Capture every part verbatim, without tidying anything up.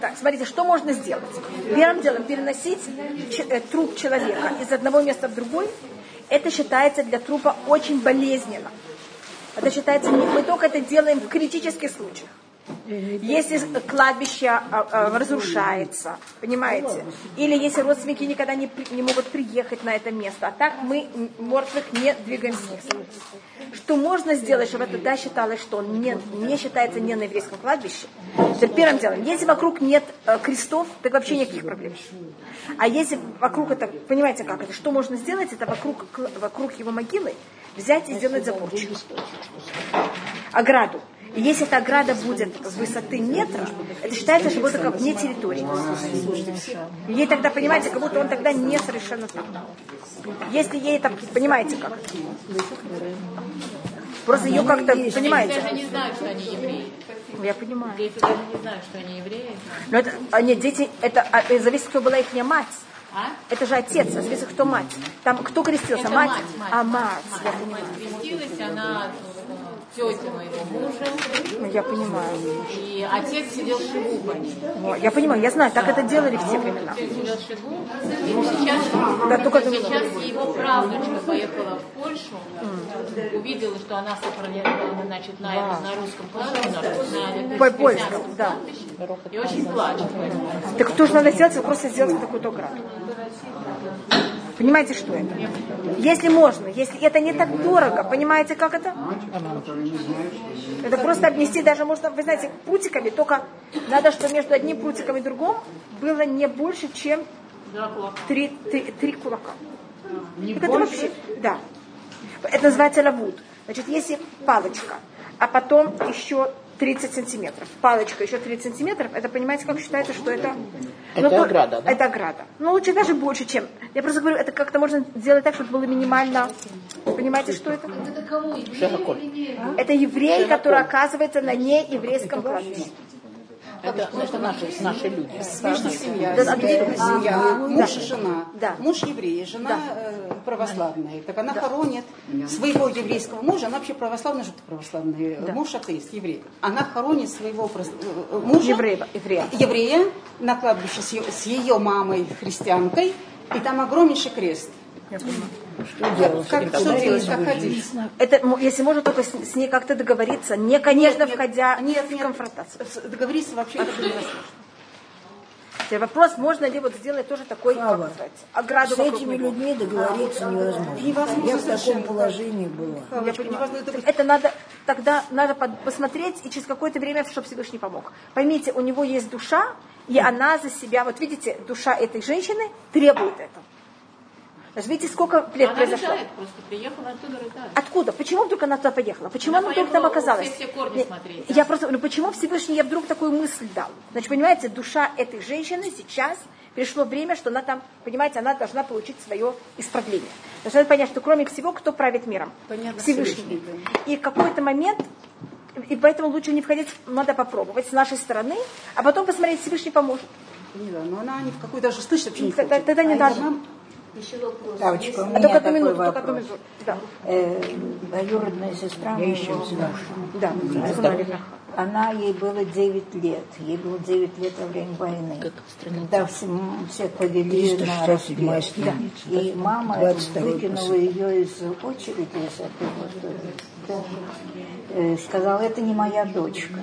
Так, смотрите, что можно сделать. Первым делом переносить ч- э, труп человека из одного места в другой, это считается для трупа очень болезненно. Это считается, мы только это делаем в критических случаях. Если кладбище а, а, разрушается, понимаете, или если родственники никогда не, при, не могут приехать на это место, а так мы мертвых не двигаем с места. Что можно сделать, чтобы это да, считалось, что он не, не считается не на еврейском кладбище? Это первым делом. Если вокруг нет э, крестов, так вообще никаких проблем. А если вокруг это, понимаете как это, что можно сделать, это вокруг, вокруг его могилы взять и сделать заборчик. Ограду. И если эта ограда будет с высоты метра, это считается, что это как вне территории. Ей тогда, понимаете, как будто он тогда не совершенно там. Если ей это, понимаете как? Просто ее как-то, понимаете? Дети даже не знают, что они евреи. Я понимаю. Дети даже не знают, что они евреи. Но это, а нет, дети, это а, зависит, кто была их мать. А? Это же отец, а зависит, кто мать. Там кто крестился? Это мать? мать, мать. А мать, Мать, я мать понимаю. крестилась, она тетя моего мужа. Ну, я понимаю. И отец сидел в шиву по ней. Ну, я понимаю, я знаю, так это делали в те времена. Отец сидел в шиву. И сейчас, Да, только сейчас его правнучка поехала в Польшу, mm. увидела, что она сопротивлялась, значит, на, wow. на русском кладбище, на, на польском, да. И очень плачет. Так что же надо сделать? Просто сделать такую ограду. Понимаете, что это? Если можно, если это не так дорого, понимаете, как это? Это просто обнести даже можно, вы знаете, прутиками, только надо, чтобы между одним прутиком и другим было не больше, чем три, три, три кулака. Не так больше? Это вообще, да. Это называется лавуд. Значит, если палочка, а потом еще тридцать сантиметров. Палочка еще тридцать сантиметров, это, понимаете, как считается, что это... Это ну, ограда, да? Это ограда. Ну, лучше даже больше, чем... Я просто говорю, это как-то можно сделать так, чтобы было минимально... Понимаете, что это? Это кому? Это еврей, который оказывается на нееврейском кладбище. Это, это наши, наши люди. Смешная семья, Да, семья, да, семья. да. Муж и жена. Да. Муж еврей, жена Да. э, православная. Так она Да. хоронит своего еврейского мужа, она вообще православная, же православный Да. муж атеист, еврей. Она хоронит своего прос- э, мужа, Еврея, еврея. еврея на кладбище с ее, с ее мамой христианкой, и там огромнейший крест. Я понимаю. Что делать? Как, что делать, как ходить? Это, если можно только с, с ней как-то договориться, не, конечно, Нет, нет, входя нет, в нет. конфронтацию. Договориться вообще это невозможно. Теперь вопрос, можно ли вот сделать тоже такой, как Слава, называется, ограду с вокруг этими него. людьми договориться невозможно. Невозможно Я в совершенно. таком положении была. Я понимаю. Невозможно, это будет- Это надо, тогда надо под- посмотреть, и через какое-то время, чтобы Всевышний помог. Поймите, у него есть душа, и она за себя, вот видите, душа этой женщины требует этого. Даже видите, сколько лет Она произошло? рыдает, просто приехала оттуда рыдает. Откуда? Почему вдруг она туда поехала? Почему Она она вдруг там поехала оказалась? все- все корни Я- смотреть, Я да. просто говорю, почему Всевышний ей вдруг такую мысль дал? Значит, понимаете, душа этой женщины сейчас пришло время, что она там, понимаете, она должна получить свое исправление. Должна надо понять, что кроме всего, кто правит миром? Понятно, Всевышний. Всевышний, И в какой-то момент, и поэтому лучше не входить, надо попробовать с нашей стороны, а потом посмотреть, Всевышний поможет. Не, да, но она ни в какую даже слышать вообще не Тогда, хочет. тогда не А надо. нам- Тавочка, у А меня только одну такой минуту, вопрос. только одну минуту. Да, Э, двоюродная сестра моего мужа, да. она, ей было девять лет. Ей было девять лет во время войны. Как страница? Когда все, всех повели на расстрел. Да. И мама выкинула ее из очереди, из этого, да, э, сказала, это не моя дочка.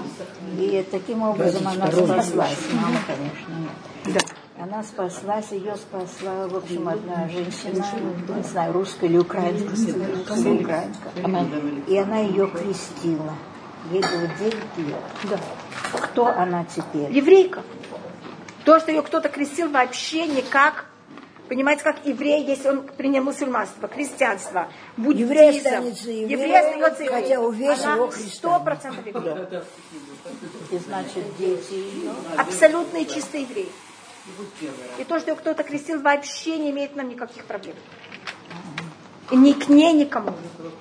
И таким образом она спаслась. Мама, конечно, нет. Да. Она спаслась, ее спасла, в общем, одна женщина, не знаю, русская или украинская, скорее украинская. И она ее крестила. Ей было девять лет. Да. Кто она теперь? Еврейка. То, что ее кто-то крестил, вообще никак, понимаете, как еврей, если он принял мусульманство, христианство, буддизм. Еврей останется евреем, еврей остается евреем. хотя увесь Она его сто процентов еврей. И значит, дети ее. Абсолютный чистый еврей. И то, что ее кто-то крестил, вообще не имеет нам никаких проблем. И ни к ней, никому.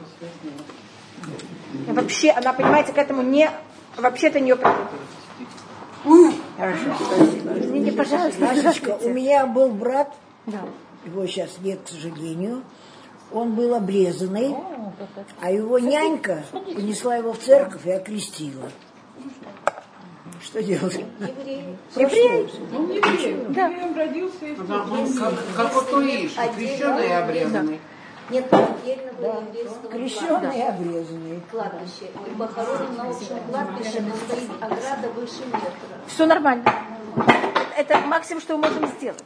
И вообще, она, понимаете, к этому не... Вообще-то не проблема. Хорошо, спасибо. Извините, пожалуйста. Машечка, у меня был брат, Да. его сейчас нет, к сожалению. Он был обрезанный, а его нянька понесла его в церковь и окрестила. Что делать? Еврей. Еврей. Он еврей. Да. Он родился и как, как вот Туиш, крещеный и обрезанный. Да. Нет, отдельно было Да. еврейского Крещеный и обрезанный. кладбище. И похоронен на общем кладбище, но стоит ограда выше метра. Все нормально. Это максимум, что мы можем сделать.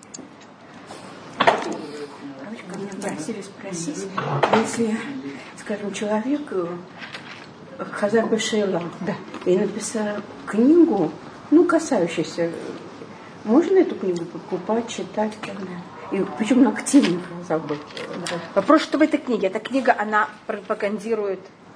Ко мне просили спросить, если, скажем, человек Хазар Бешела, да, и написал книгу, ну, касающуюся, можно эту книгу покупать, читать, и причем на активных забыть. Вопрос, что в этой книге? Эта книга, она пропагандирует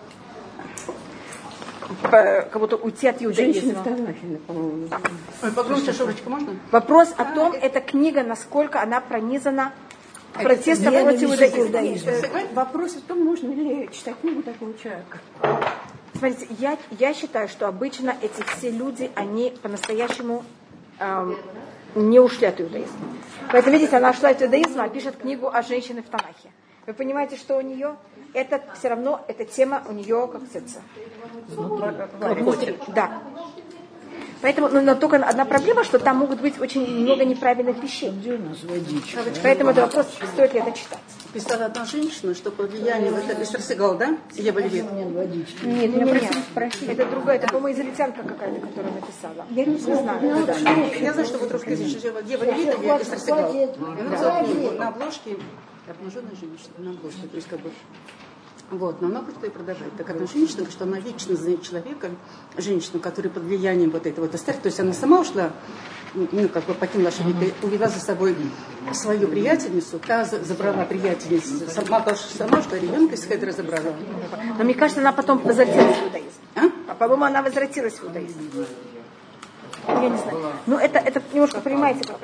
как будто уйти от иудаизма. Ой, погромче, Шурочка, можно? Вопрос о том, эта книга, насколько она пронизана протестом против иудаизма. Вопрос в том, можно ли читать книгу такого человека. Смотрите, я, я считаю, что обычно эти все люди, они по-настоящему эм, не ушли от иудаизма. Поэтому, видите, она ушла от иудаизма, а пишет книгу о женщине в Танахе. Вы понимаете, что у нее? Это все равно, эта тема у нее, как говорится, внутри. Да. Поэтому, но, но только одна проблема, что там могут быть очень много неправильных вещей. Где у нас водичка? Поэтому это вопрос, стоит ли это читать. Писала одна женщина, что под влиянием, это Эстер Сигал, да? Ева Левит. Нет водички. Нет, нет, нет. Это другая, это, по-моему, израильтянка какая-то, которая написала. Я не знаю. Ну, да. Я знаю, что вот русскоязычная Ева Левит и Эстер Сигал. И она написала книгу на обложке, обнаженная женщина, на обложке, то есть как бы... Вот, но она будет ее продолжать. Так одна женщина говорит, что она лично знает человека, женщину, которая под влиянием вот этого вот Эстер, то есть она сама ушла, ну, как бы покинула Шавит, увела за собой свою приятельницу, та забрала приятельницу, сама, сама ушла, ребенка из Хедра забрала. Но мне кажется, она потом возвратилась в иудаизм. А? А по-моему, она возвратилась в иудаизм. Я не знаю. Ну, это, это немножко, понимаете, как...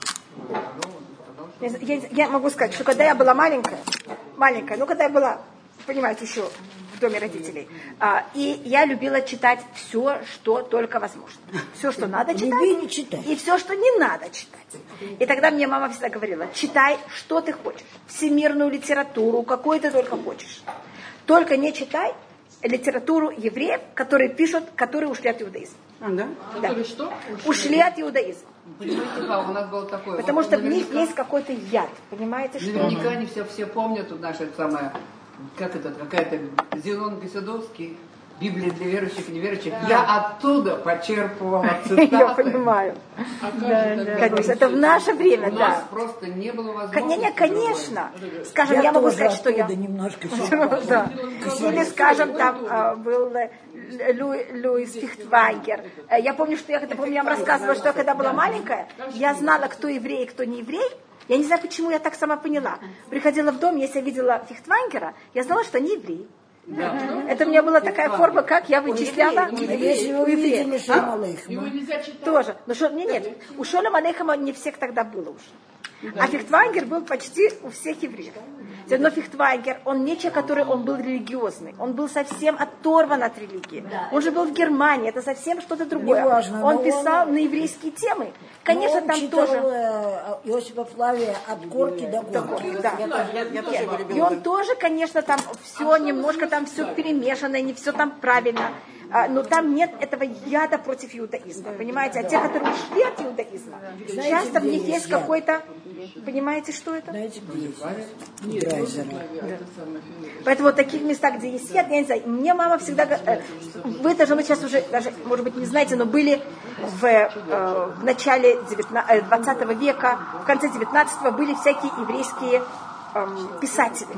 Я, я, я могу сказать, что когда я была маленькая, маленькая, ну, когда я была... понимаете, еще в доме родителей. А, и я любила читать все, что только возможно. Все, что надо читать, читать. И все, что не надо читать. И тогда мне мама всегда говорила, читай, что ты хочешь. Всемирную литературу, какую ты только хочешь. Только не читай литературу евреев, которые пишут, которые ушли от иудаизма. А, да? Да. Которые что? Ушли от иудаизма. Понимаете, как у нас было такое. Потому вот, что в них наверняка, есть какой-то яд. Понимаете, что... Наверняка они все, все помнят, вот наша самая... Как это, какая-то Зенон Гасидовский, Библия для верующих и неверующих. Да. Я оттуда почерпывала цитаты. Я понимаю. А как Да, же да. тогда? Конечно, это в наше время, У да. нас просто не было возможности. Не, не, конечно. Скажем, я, Я могу тоже сказать, что я... оттуда немножко Да. Или, скажем, там а, был э, Лу, Луис Фихтвайгер. Э, Я помню, что я, это, помню, я вам рассказывала, что я когда была маленькая, я знала, кто еврей и кто не еврей. Я не знаю, почему я так сама поняла. Приходила в дом, если я видела Фихтвайгера, я знала, что они евреи. Да. Это у меня была такая форма, как я вычисляла Если вы евреев. видели Шолом Алейхема. Его нельзя читать. Тоже. Но шо, не, нет, у Шолом Алейхема не всех тогда было уже. А Фихтвайгер был почти у всех евреев. Но Фихтвайгер, он не человек, который он был религиозный. Он был совсем оторван от религии. Он же был в Германии, это совсем что-то другое. Неважно, он но писал он- на еврейские темы. Конечно, Он там читал, тоже... э, Иосифа Флавия от горки до горки. Да. Я, я тоже его И любила. он тоже, конечно, там все немножко там все перемешано, не все там правильно. А, но там нет этого яда против иудаизма, понимаете? А те, которые ушли от иудаизма, Знаете, часто в где них есть есть яд? какой-то, понимаете, что это? Знаете, где есть? Драйзера. Поэтому в таких местах, где есть яд, я не знаю, мне мама всегда, го- э, вы даже, мы сейчас уже, даже, может быть, не знаете, но были в, э, в начале девятнадцатого, двадцатого века, в конце девятнадцатого были всякие еврейские эм, писатели.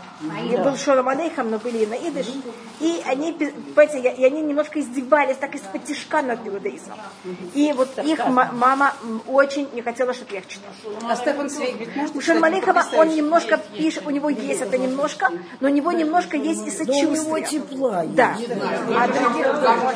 И был Шолом Алейхем, но были и на идыш. И они, понимаете, и они немножко издевались так из-под тишка над иудаизмом. И вот их м- мама очень не хотела, чтобы я их читала. А Стефан Цвейг ведь может У Шолома читать Алейхема он потрясающе. немножко пишет, у него есть это немножко, но у него немножко есть и Но у него сочувствие. тепла есть. Да. А другие-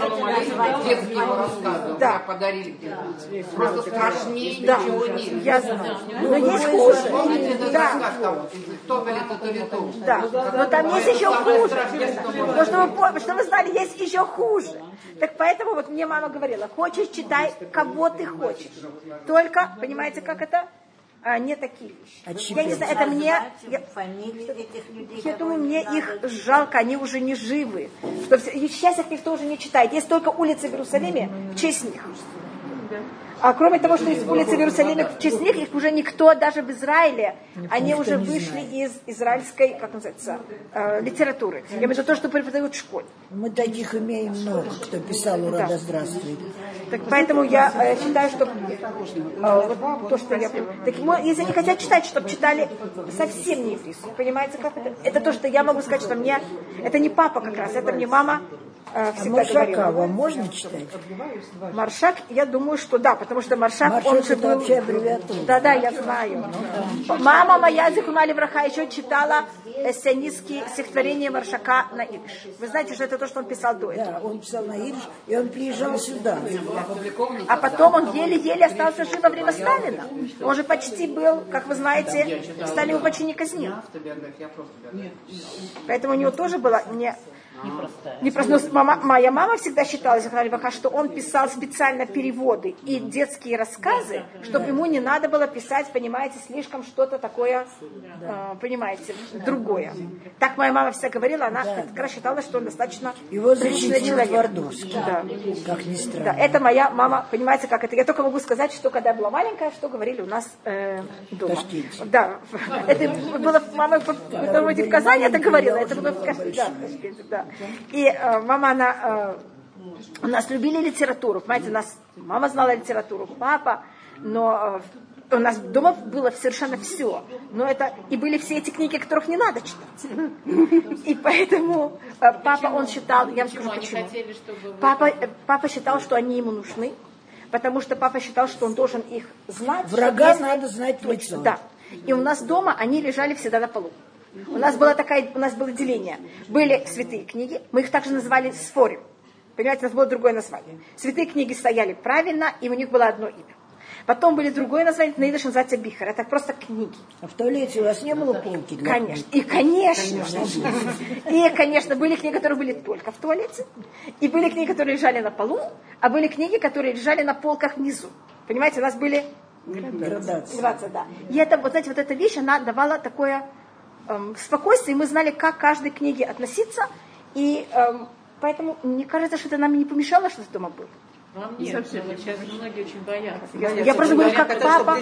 Детские его рассказы. Да. Да. Подарили где-то. Просто страшнее Да, ничего нет. я знаю. Но есть хуже. Помните этот Да. рассказ там, «Топали татовиту»? Да, но там есть еще хуже. Но что вы, пом- что вы знали, есть еще хуже. Так поэтому вот мне мама говорила, хочешь, читай, кого ты хочешь. Только, понимаете, как это? а, не такие вещи. А Я не знаю, это мне... Я, фамилии этих людей. я думаю, мне их жалко, они уже не живы. Что все, и сейчас их никто уже не читает. Есть только улицы в Иерусалиме в честь них. А кроме того, что есть улицы в Иерусалиме в честь них, их уже никто, даже в Израиле, никто они уже вышли знает. Из израильской, как называется, э, литературы. Я имею в виду то, что преподают в школе. Мы таких имеем много, кто писал «Ура, да здравствует». Так, поэтому я э, считаю, что э, вот то, что я... Так, если они хотят читать, чтобы читали совсем не еврейскую, понимаете, как это? Это то, что я могу сказать, что мне... Это не папа как раз, это мне мама э, всегда а Маршака говорила. Вам можно читать? Маршак, я думаю, что да, потому что Маршак, Маршак он же это был... вообще аббревиатура. Да-да, я знаю. Мама моя, Зихуна Левраха, еще читала сионистские стихотворения Маршака на идиш. Вы знаете, что это то, что он писал до этого. Да, он писал на идиш, и он приезжал сюда. А потом он еле-еле остался жив во время Сталина. Он же почти был, как вы знаете, Сталин его почти не казнил. Поэтому у него тоже было не... Непростая. Но мама, моя мама всегда считала, что он писал специально переводы и детские рассказы, чтобы ему не надо было писать, понимаете, слишком что-то такое, э, понимаете, другое. Так моя мама всегда говорила, она как раз считала, что он достаточно приличный человек. Да. Как ни странно. Да, это моя мама, понимаете, как это. Я только могу сказать, что когда я была маленькая, что говорили у нас э, дома. Да, это было мама в Казани, это говорила, это было в Казани, да, да. И э, мама, она, э, у нас любили литературу, понимаете, у нас мама знала литературу, папа, но э, у нас дома было совершенно все. Но это, и были все эти книги, которых не надо читать. И поэтому э, папа, он считал, я вам скажу почему. Папа, э, папа считал, что они ему нужны, потому что папа считал, что он должен их знать. Врага надо знать точно. Да. И у нас дома они лежали всегда на полу. У нас было такая, у нас было деление. Были святые книги, мы их также называли сфорим. Понимаете, у нас было другое название. Святые книги стояли правильно, и у них было одно имя. Потом были другое название, на идыше называется бихар. Это просто книги. А в туалете у вас не было полки для Конечно. И, конечно. И, конечно, были книги, которые были только в туалете. И были книги, которые лежали на полу. А были книги, которые лежали на полках внизу. Понимаете, у нас были... Градация, да. И это, вот знаете, вот эта вещь, она давала такое... спокойствие, и мы знали, как к каждой книге относиться, и эм, поэтому мне кажется, что это нам не помешало, что это дома было. Вам нет, совсем. Сейчас многие очень боятся. Я, я просто говорю, как папа,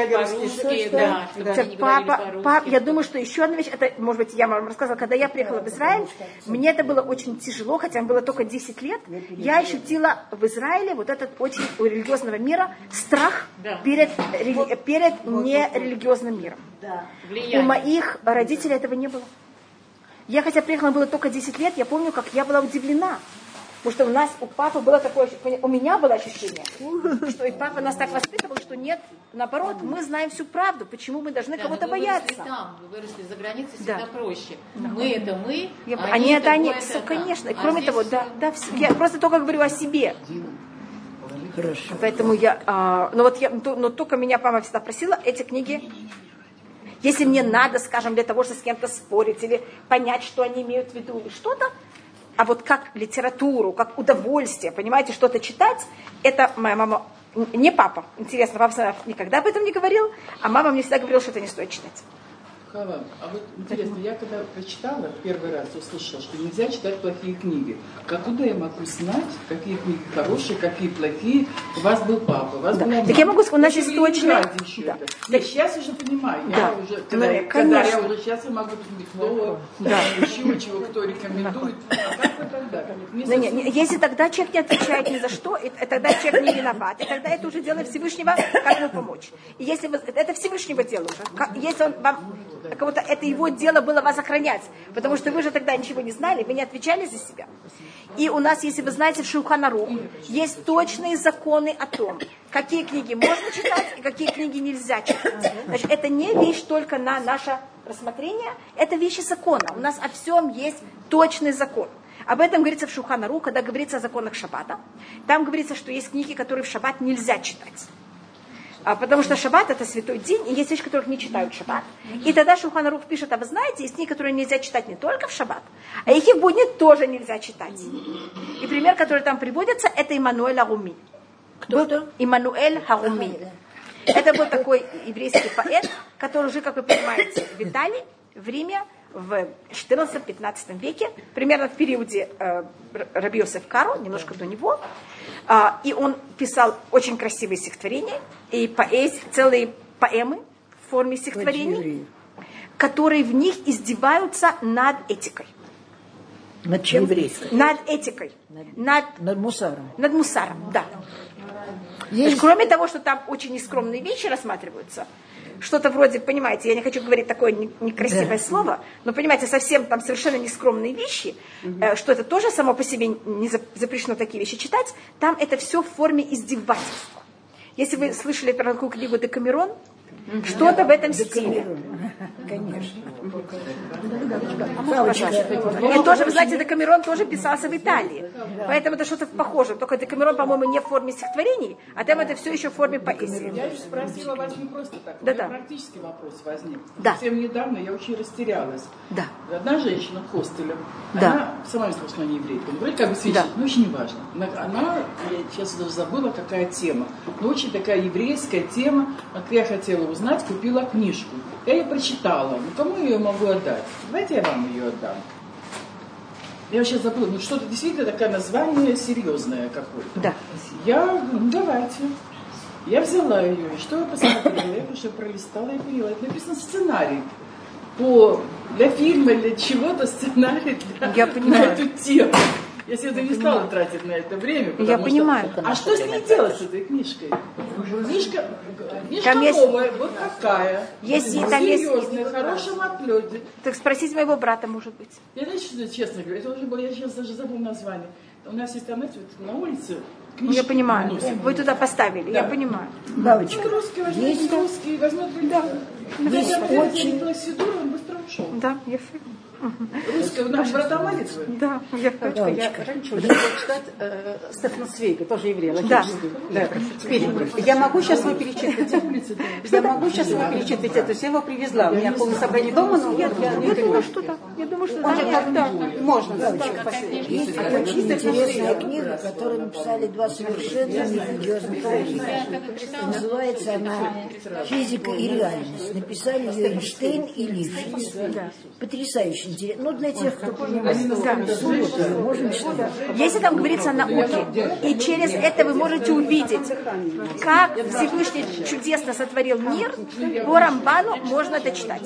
да, папа, папа, я думаю, что еще одна вещь, это, может быть, я вам рассказывала, когда я приехала в Израиль, мне это было очень тяжело, хотя мне было только десять лет, я ощутила в Израиле вот этот очень у религиозного мира страх перед, перед нерелигиозным миром. У моих родителей этого не было. Я, хотя приехала, было только десять лет, я помню, как я была удивлена. Потому что у нас, у папы было такое, у меня было ощущение, что и папа нас так воспитывал, что нет, наоборот, мы знаем всю правду, почему мы должны да, кого-то вы бояться. Вы там, вы выросли за границей, всегда да. проще. Да. Мы это мы, я, они, они это они, это, все, это, конечно. И а кроме того, да, да, я просто только говорю о себе. Хорошо. Поэтому я, а, ну вот я, но только меня мама всегда просила эти книги. Если мне надо, скажем, для того, чтобы с кем-то спорить или понять, что они имеют в виду или что-то, а вот как литературу, как удовольствие, понимаете, что-то читать, это моя мама, не папа. Интересно, папа никогда об этом не говорил, а мама мне всегда говорила, что это не стоит читать. Хава, а вот интересно, я когда прочитала первый раз, услышала, что нельзя читать плохие книги. Откуда я могу знать, какие книги хорошие, какие плохие? У вас был папа, у вас да. была мама. Так я могу сказать, у нас есть точно... Да. Нет, сейчас уже понимаю. Да. Я уже, когда, ну, я, когда я уже сейчас я могу посмотреть, кто да. еще чего, кто рекомендует. А как вы тогда? Ну, не, не, если тогда человек не отвечает ни за что, и тогда человек не виноват, и тогда это уже дело Всевышнего, как ему помочь. И если вы, это Всевышнего дело уже. Если он вам... Кого-то это его дело было вас охранять, потому что вы же тогда ничего не знали, вы не отвечали за себя. И у нас, если вы знаете, в Шулхан Арух есть точные законы о том, какие книги можно читать и какие книги нельзя читать. Значит, это не вещь только на наше рассмотрение, это вещи закона. У нас о всем есть точный закон. Об этом говорится в Шулхан Арух, когда говорится о законах Шаббата. Там говорится, что есть книги, которые в Шаббат нельзя читать. А, потому что шаббат это святой день, и есть вещи, которых не читают в шаббат. И тогда Шулхан Арух пишет, а вы знаете, есть книги, которые нельзя читать не только в шаббат, а их в будни тоже нельзя читать. И пример, который там приводится, это Иммануэль Харуми. Кто это? Иммануэль Харуми. Это был такой еврейский поэт, который уже, как вы понимаете, в Италии, в Риме, в четырнадцатом-пятнадцатом веке, примерно в периоде э, Раби Йосеф Каро, немножко до него. Э, и он писал очень красивые стихотворения и поэзии, целые поэмы в форме стихотворений, которые в них издеваются над этикой. Над чем? Еврейской. Над этикой. Над, над, над мусаром. Над мусаром, да. Есть... Есть, кроме того, что там очень нескромные вещи рассматриваются, что-то вроде, понимаете, я не хочу говорить такое некрасивое да. слово, но, понимаете, совсем там совершенно нескромные вещи, угу. э, что это тоже само по себе не запрещено такие вещи читать, там это все в форме издевательства. Если вы слышали про такую книгу «Декамерон», mm-hmm. что-то в этом стиле. Конечно. И тоже, вы знаете, Декамерон тоже писался в Италии. Поэтому это что-то похоже. Только Декамерон, по-моему, не в форме стихотворений, а там это все еще в форме поэзии. Я же спросила вас не просто так. Да, У меня да. практический вопрос возник. Да. Совсем недавно я очень растерялась. Да. Одна женщина в хостеле, да. она сама не сказала, что она не еврейка, вроде как бы священник, да. но очень не важно. Она, я сейчас даже забыла, какая тема, но очень такая еврейская тема, как я хотела узнать, купила книжку. Я ее прочитала. Ну, кому я ее могу отдать? Давайте я вам ее отдам. Я сейчас забыла, ну что-то действительно такое название серьезное какое-то. Да. Я, ну давайте. Я взяла ее, и что я посмотрела? Я просто пролистала и поняла. Это написано сценарий. По, для фильма, для чего-то сценарий для, я понимаю. на эту тему. Я сегодня не стала тратить на это время. Я что... понимаю. А что с ней делать с этой книжкой? Книжка, книжка там новая, есть... вот такая. Есть, серьезная, там есть... в хорошем отлете. Так спросите моего брата, может быть. Я, знаете, честно говорю, это уже было, я сейчас даже забыл название. У нас есть там, знаете, вот на улице книжки. Я понимаю. Носим. Вы туда поставили, да. Я понимаю. Бабочка. Ну, русский возьмет, есть, русский возьмет. Да. Есть очень... Он быстро ушел. Да, я... Русская, наш брата молитвы. Да, я хочу. Я раньше уже начала читать э, Стефана Цвейга, тоже еврей, латинский. Да. Да. Теперь, я могу сейчас его перечитывать. Я могу сейчас его перечитывать. Это все его привезла. У меня полное собрание дома, но я, я, я думаю, что да. Я думаю, что да. Нет, да. Можно. Есть очень интересная книга, которую написали два совершенно нерелигиозных человека. Называется она «Физика и реальность». Написали ее Эйнштейн и Лившиц. Потрясающе интересно. Ну, для тех, кто понимает, да. можно читать. Если там говорится о науке, и через это вы можете увидеть, как Всевышний чудесно сотворил мир, по Рамбану можно это читать.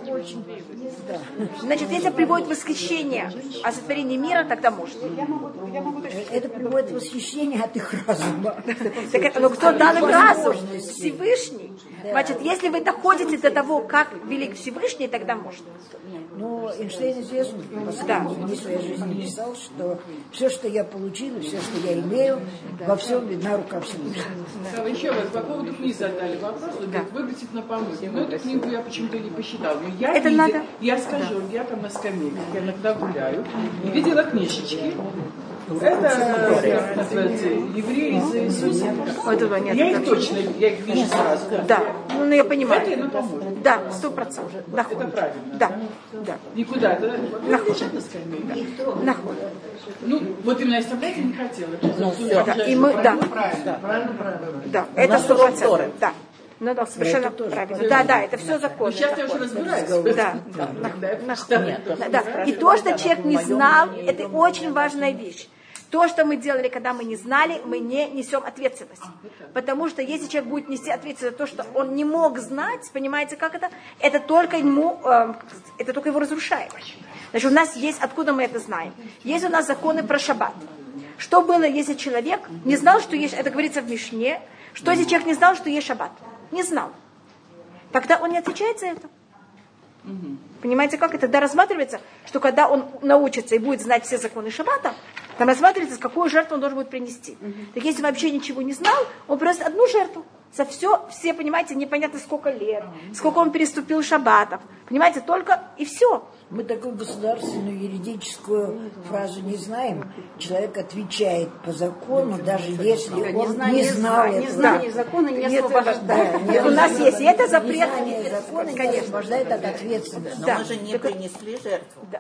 Значит, если приводит восхищение о сотворении мира, тогда можно. Это приводит восхищение от их разума. Так это, ну кто дал им разум? Всевышний. Значит, если вы доходите до того, как велик Всевышний, тогда можно. Но Эйнштейн известный, в последние дни своей жизни писал, что все, что я получил, все, что я имею, во всем видна рука Всевышнего. Да. Еще раз, по поводу книги задали вопрос, да. Выбросить на помойку. Но эту книгу я почему-то не посчитала. Но я, это видела, надо? я скажу, да. Я там на скамейке, я иногда гуляю, и видела книжечки. Это, называется, евреи из Иисуса. Этого нет. Я их точно, я их вижу сразу. Да, ну я понимаю. Это ему поможет. Да, сто процентов. Это правильно. Да, да. Никуда, да? Находит. На скамейке. Находит. Ну, вот именно оставлять я не хотела. Ну, все. Да. И мы, да. Правильно, правильно, правильно. Да, это сто процентов. Да. Ну да, совершенно правильно. Да, да, это все законно. Сейчас я уже разбираюсь. Да, да, да. И то, что человек не знал, это очень важная вещь. То, что мы делали, когда мы не знали, мы не несем ответственность. Потому что если человек будет нести ответственность за то, что он не мог знать, понимаете, как это? Это только ему, э, это только его разрушает. Значит, у нас есть, откуда мы это знаем? Есть у нас законы про шаббат. Что было, если человек не знал, что есть, это говорится в Мишне, что если человек не знал, что есть шаббат? Не знал. Тогда он не отвечает за это. Угу. Понимаете, как это? Да, рассматривается, что когда он научится и будет знать все законы шаббата, там рассматривается, какую жертву он должен будет принести. Угу. Так если он вообще ничего не знал, он приносит одну жертву. За все, все, понимаете, непонятно сколько лет, сколько он переступил шаббатов. Понимаете, только и все. Мы такую государственную юридическую фразу не знаем. Человек отвечает по закону, даже если он не, зна, не знал этого. Незнание закона не освобождает. У нас есть и это запрет. Незнание закона не освобождает от ответственности. Но мы же не принесли жертву.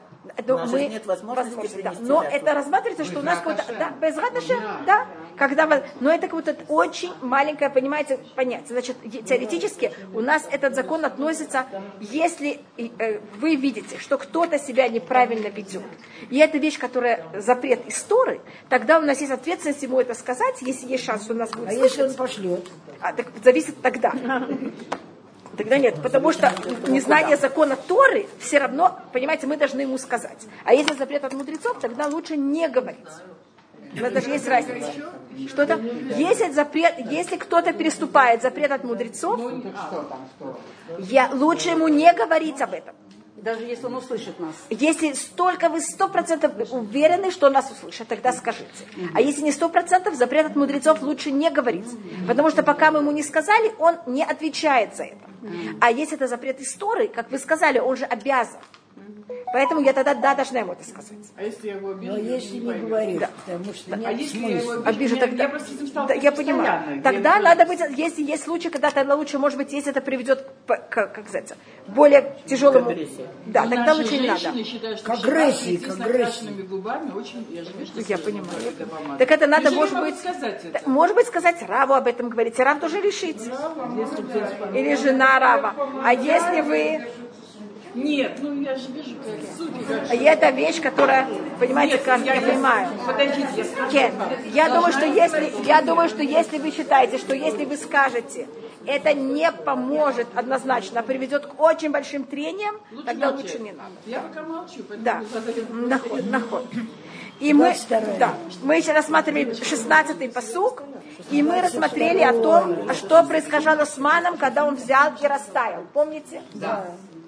это у нас мы, же нет возможности возможно, принести да. Но жертву. это рассматривается, что у нас какой-то, да, без радашем, да, когда, но это как будто очень маленькое, понимаете, понятие. Значит, теоретически у нас этот закон относится, если э, вы видите, что кто-то себя неправильно ведет, и это вещь, которая запрет из Торы, тогда у нас есть ответственность ему это сказать, если есть шанс, что у нас будет А слышать. если он пошлет? А, так зависит тогда. Тогда нет, потому что незнание закона Торы все равно, понимаете, мы должны ему сказать. А если запрет от мудрецов, тогда лучше не говорить. У нас даже есть разница. Что-то, если запрет, если кто-то переступает запрет от мудрецов, я, лучше ему не говорить об этом. Даже если он услышит нас. Если столько вы сто процентов уверены, что нас услышат, тогда скажите. А если не сто процентов, запрет от мудрецов лучше не говорить. Потому что пока мы ему не сказали, он не отвечает за это. А если это запрет из Торы, как вы сказали, он же обязан. Поэтому я тогда да, должна ему это сказать. А если я его обижу? Но если не говорю, да. Потому что нет а если я его обижу, обижу, меня, тогда, я просто с этим да, я понимаю. Тогда я надо быть, если есть случай, когда тогда лучше, может быть, если это приведет к, к как сказать, более тяжелому. Да, но тогда лучше не надо. Считают, что к агрессии, к агрессии. Губами очень, я, же, видишь, я понимаю. Это так это надо, и может быть, сказать это. может быть, сказать Раву об этом говорить. И Рав тоже решит. Или жена Рава. А если вы... Нет, ну я же вижу, как сути. И это вещь, которая, понимаете, Нет, каждый я, я понимаю. Подождите, я скажу. Кен, я думаю, что если, я думаю, что если вы считаете, что если вы скажете, это не поможет однозначно, а приведет к очень большим трениям, лучше тогда молчать. Лучше не надо. Я пока молчу, да. Наход, наход. И мы, да, мы еще рассматривали шестнадцатый пасук, и мы рассмотрели о том, что происходило с маном, когда он взял и растаял. Помните? Да.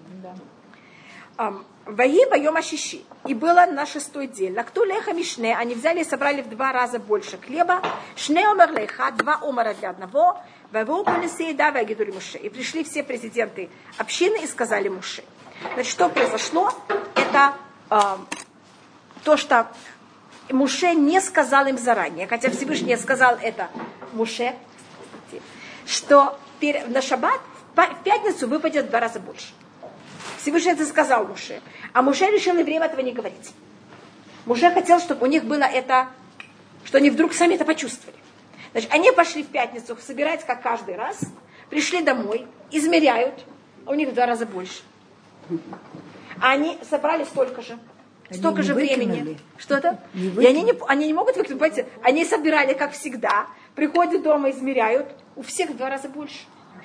Ваги байома шиши. И было на шестой день. Лакту леха мишне. Они взяли и собрали в два раза больше хлеба. Шне омер леха. Два омера для одного. Ваву полисе да вагидули Муше. И пришли все президенты общины и сказали Муше. Значит, что произошло? Это э, то, что Муше не сказал им заранее. Хотя Всевышний сказал это Муше, что на шаббат в пятницу выпадет в два раза больше. Всевышний это сказал Муше. А Муше решил евреям этого не говорить. Муше хотел, чтобы у них было это, что они вдруг сами это почувствовали. Значит, они пошли в пятницу собирать, как каждый раз, пришли домой, измеряют, а у них в два раза больше. А они собрали столько же. Они столько же выкинули. времени. Что-то? Не И они не, они не могут выкинуть. Понимаете? Они собирали, как всегда, приходят дома, измеряют, у всех в два раза больше.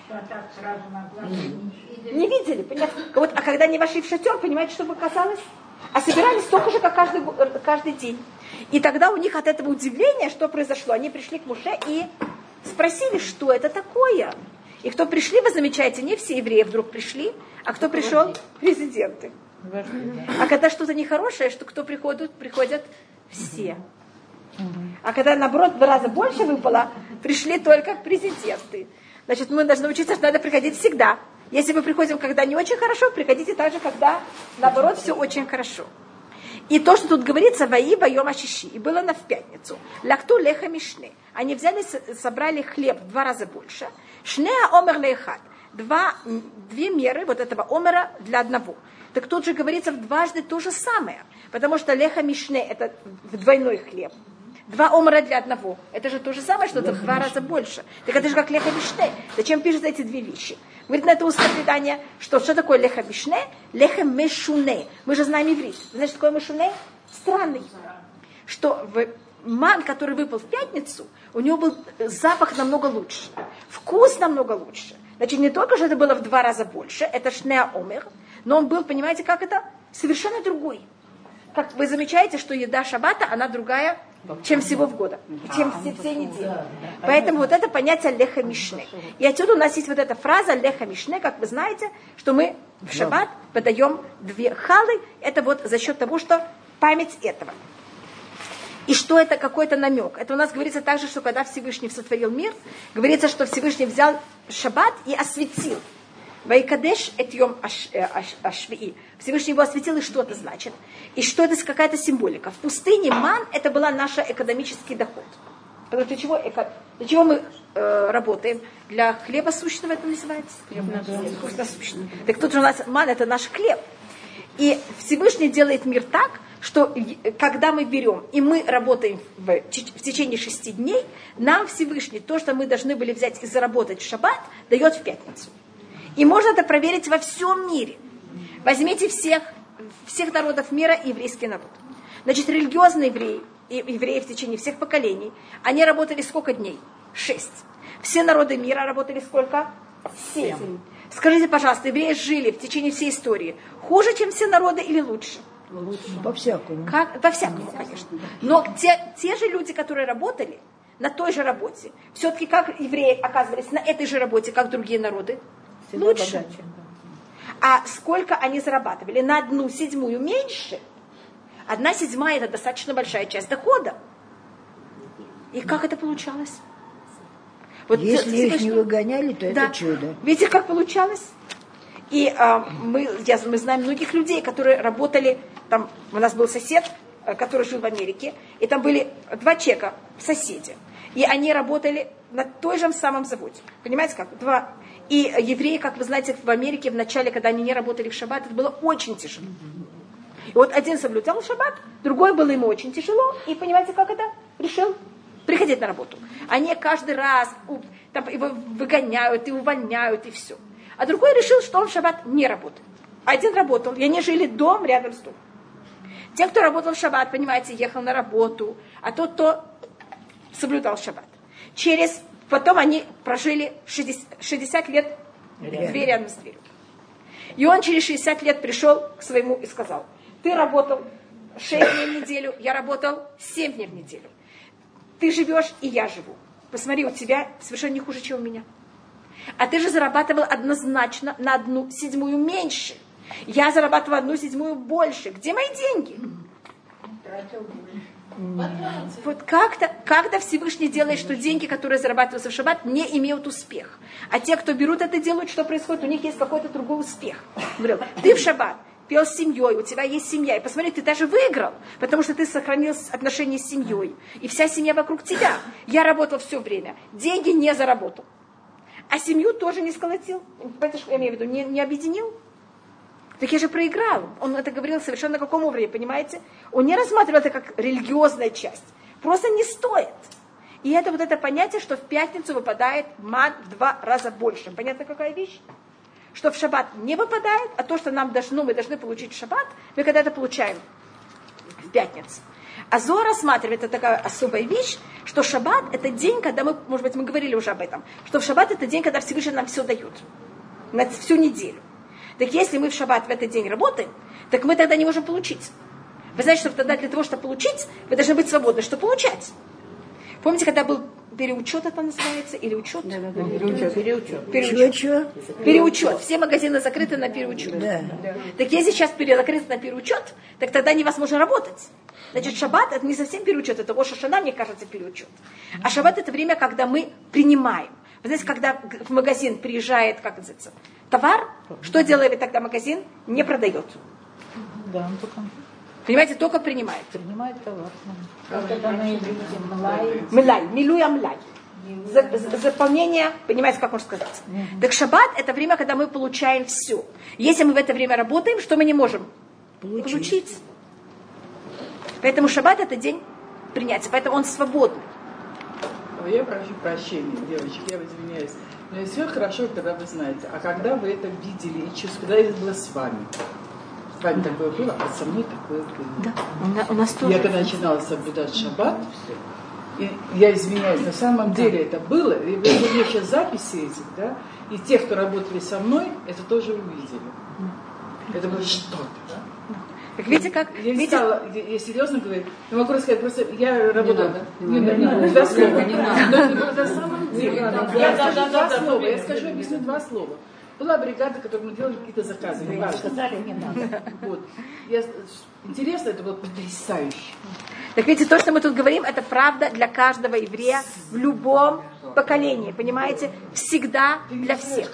Не видели, понимаете? Вот, а когда они вошли в шатер, понимаете, что показалось? А собирались столько же, как каждый, каждый день. И тогда у них от этого удивления, что произошло, они пришли к Муше и спросили, что это такое. И кто пришли, вы замечаете, не все евреи вдруг пришли, а кто пришел? Президенты. А когда что-то нехорошее, что кто приходит, приходят все. А когда, наоборот, в два раза больше выпало, пришли только президенты. Значит, мы должны учиться, что надо приходить всегда. Если мы приходим, когда не очень хорошо, приходите также, когда, наоборот, все очень хорошо. И то, что тут говорится, «Ваи байома шиши», и было на в пятницу. «Лакту леха мишне». Они взяли, собрали хлеб в два раза больше. «Шнеа омер лехат». Два, две меры вот этого омера для одного. Так тут же говорится в дважды то же самое. Потому что леха мишне – это двойной хлеб. Два омера для одного. Это же то же самое, что это в два раза больше. Так это же как леха мишне. Зачем пишут эти две вещи? Говорит на это устное предание, что что такое леха мишне? Леха мешуне. Мы же знаем иврит. Знаете, что такое мешуне? Странный. Что в ман, который выпал в пятницу, у него был запах намного лучше. Вкус намного лучше. Значит, не только же это было в два раза больше, это шнеа омер, но он был, понимаете, как это? Совершенно другой. Как вы замечаете, что еда шаббата, она другая, чем всего в года, чем все, все недели. Поэтому вот это понятие леха мишне. И отсюда у нас есть вот эта фраза леха мишне, как вы знаете, что мы в шаббат подаем две халы, это вот за счет того, что память этого. И что это какой-то намек? Это у нас говорится также, что когда Всевышний сотворил мир, говорится, что Всевышний взял шаббат и осветил. Вайкадеш эт йом ашвии. Всевышний его осветил, и что это значит? И что это какая-то символика. В пустыне ман это была наш экономический доход. Потому что для чего, для чего мы э, работаем? Для хлеба сущного это называется? Хлеб насущный. Так тут же у нас ман это наш хлеб. И Всевышний делает мир так, что когда мы берем, и мы работаем в, в течение шести дней, нам Всевышний то, что мы должны были взять и заработать в шаббат, дает в пятницу. И можно это проверить во всем мире. Возьмите всех, всех народов мира и еврейский народ. Значит, религиозные евреи, евреи в течение всех поколений, они работали сколько дней? Шесть. Все народы мира работали сколько? Семь. Скажите, пожалуйста, евреи жили в течение всей истории хуже, чем все народы или лучше? Лучше. По-всякому. Как? По-всякому, конечно. Но те, те же люди, которые работали на той же работе, все-таки как евреи оказывались на этой же работе, как другие народы? Всегда лучше. Богаче. А сколько они зарабатывали? На одну седьмую меньше. Одна седьмая – это достаточно большая часть дохода. И как это получалось? Вот если их что... не выгоняли, то да. Это чудо. Видите, как получалось? И а, мы, я, мы знаем многих людей, которые работали, там у нас был сосед, который жил в Америке, и там были два чека, соседи. И они работали на той же самом заводе. Понимаете как? Два. И евреи, как вы знаете, в Америке в начале, когда они не работали в шаббат, это было очень тяжело. И вот один соблюдал шаббат, другой было ему очень тяжело. И понимаете, как это? Решил приходить на работу. Они каждый раз там, его выгоняют и увольняют, и все. А другой решил, что он в шаббат не работает. Один работал, и они жили дом рядом с домом. Те, кто работал в шаббат, понимаете, ехал на работу, а тот, кто соблюдал шаббат. Через, потом они прожили шестьдесят, шестьдесят лет дверь рядом с дверью. И он через шестьдесят лет пришел к своему и сказал: ты работал шесть дней в неделю, я работал семь дней в неделю. Ты живешь, и я живу. Посмотри, у тебя совершенно не хуже, чем у меня. А ты же зарабатывал однозначно на одну седьмую меньше. Я зарабатывала одну седьмую больше. Где мои деньги? Вот как-то, когда Всевышний делает, что деньги, которые зарабатываются в шаббат, не имеют успех. А те, кто берут это, делают, что происходит, у них есть какой-то другой успех. Говорил, ты в шаббат пел с семьей, у тебя есть семья. И посмотри, ты даже выиграл, потому что ты сохранил отношения с семьей. И вся семья вокруг тебя. Я работал все время. Деньги не заработал. А семью тоже не сколотил. Понимаете, что я имею в виду? Не, не объединил. Так я же проиграл. Он это говорил совершенно на каком уровне, понимаете? Он не рассматривал это как религиозная часть. Просто не стоит. И это вот это понятие, что в пятницу выпадает ман в два раза больше. Понятно, какая вещь? Что в шаббат не выпадает, а то, что нам должно, мы должны получить в шаббат, мы когда-то получаем в пятницу. А Зоар рассматривает, это такая особая вещь, что шаббат – это день, когда мы, может быть, мы говорили уже об этом, что в шаббат – это день, когда Всевышний нам все дает. На всю неделю. Так если мы в шаббат в этот день работаем, так мы тогда не можем получить. Вы знаете, что тогда для того, чтобы получить, вы должны быть свободны, чтобы получать. Помните, когда был переучет, это называется, или учет? Да, да, да, переучет. Переучет. Переучет. Переучет. Все магазины закрыты на переучет. Да. Так если сейчас закрыты на переучет, так тогда невозможно работать. Значит, шаббат это не совсем переучет, это Рош ха-Шана, мне кажется, переучет. А шаббат это время, когда мы принимаем. Вы знаете, когда в магазин приезжает, как это называется, товар, что делает тогда магазин? Не продает. Да, он только... Понимаете, только принимает. Принимает товар. Млай, милуя млай. За, за, заполнение, понимаете, как можно сказать. Mm-hmm. Так шаббат это время, когда мы получаем все. Если мы в это время работаем, что мы не можем? Получить. Получить. Поэтому шаббат это день принятия, поэтому он свободный. Я прошу прощения, девочки, я извиняюсь. Но все хорошо, когда вы знаете. А когда вы это видели и чувствовали, когда это было с вами? С вами да. Такое было, а со мной такое было. Да, у нас тоже. Я когда начинала соблюдать шаббат, и я извиняюсь, на самом деле это было, и вы мне сейчас записи этих, да, и те, кто работали со мной, это тоже увидели. Это было что-то, да? Так видите, как... Я, видите... стала, я серьезно говорю, я могу рассказать, просто я работала... Не надо, не надо, два слова. Не надо. На самом деле, два слова, я скажу, объясню два слова. Была бригада, которой мы делали какие-то заказы. Вы сказали, не надо. Вот. Я, интересно, это было потрясающе. Так видите, то, что мы тут говорим, это правда для каждого еврея в любом поколении, понимаете? Всегда для всех.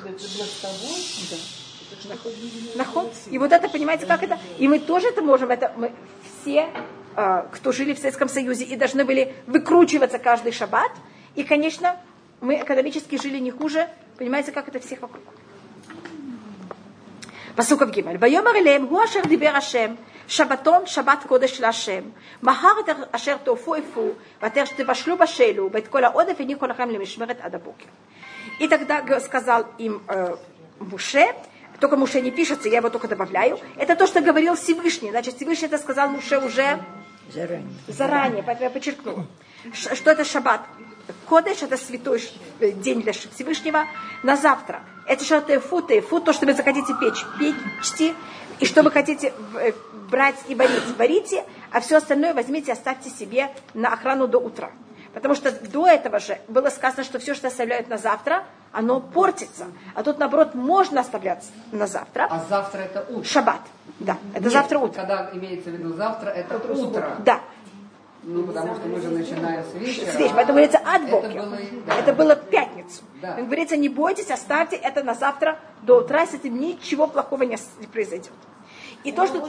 Наход. И вот это, понимаете, как это? И мы тоже это можем, это мы все, кто жили в Советском Союзе и должны были выкручиваться каждый шаббат. И, конечно, мы экономически жили не хуже, понимаете, как это всех вокруг. Пасуков Гимель. Вайомар элеем гу ашер дибер Ашем. Шабатон, шабат кодеш лашем. Махар ашер тофу эфу. Ватер штевашлю башелу. Бет кола одев и николахам лемишмерет адабокер. И тогда сказал им э, Муше, только Муше не пишется, я его только добавляю. Это то, что говорил Всевышний. Значит, Всевышний это сказал Муше уже заранее. Заранее, поэтому я подчеркнула. Что это шаббат? Кодеш, это святой день для Всевышнего. На завтра. Это что-то фут, фут, то, что вы захотите печь, печьте. И что вы хотите брать и варить, варите. А все остальное возьмите, оставьте себе на охрану до утра. Потому что до этого же было сказано, что все, что оставляют на завтра, оно портится. А тут, наоборот, можно оставлять на завтра. А завтра это утро? Шаббат. Да, это Нет, завтра утро. Когда имеется в виду завтра, это утро. утро. Да. Ну, потому что мы же начинаем с вечера. С вечера, поэтому говорится от Бога. Это было, да. Это было в пятницу. Да. Как говорится, не бойтесь, оставьте это на завтра до утра, с этим ничего плохого не произойдет. И то, что...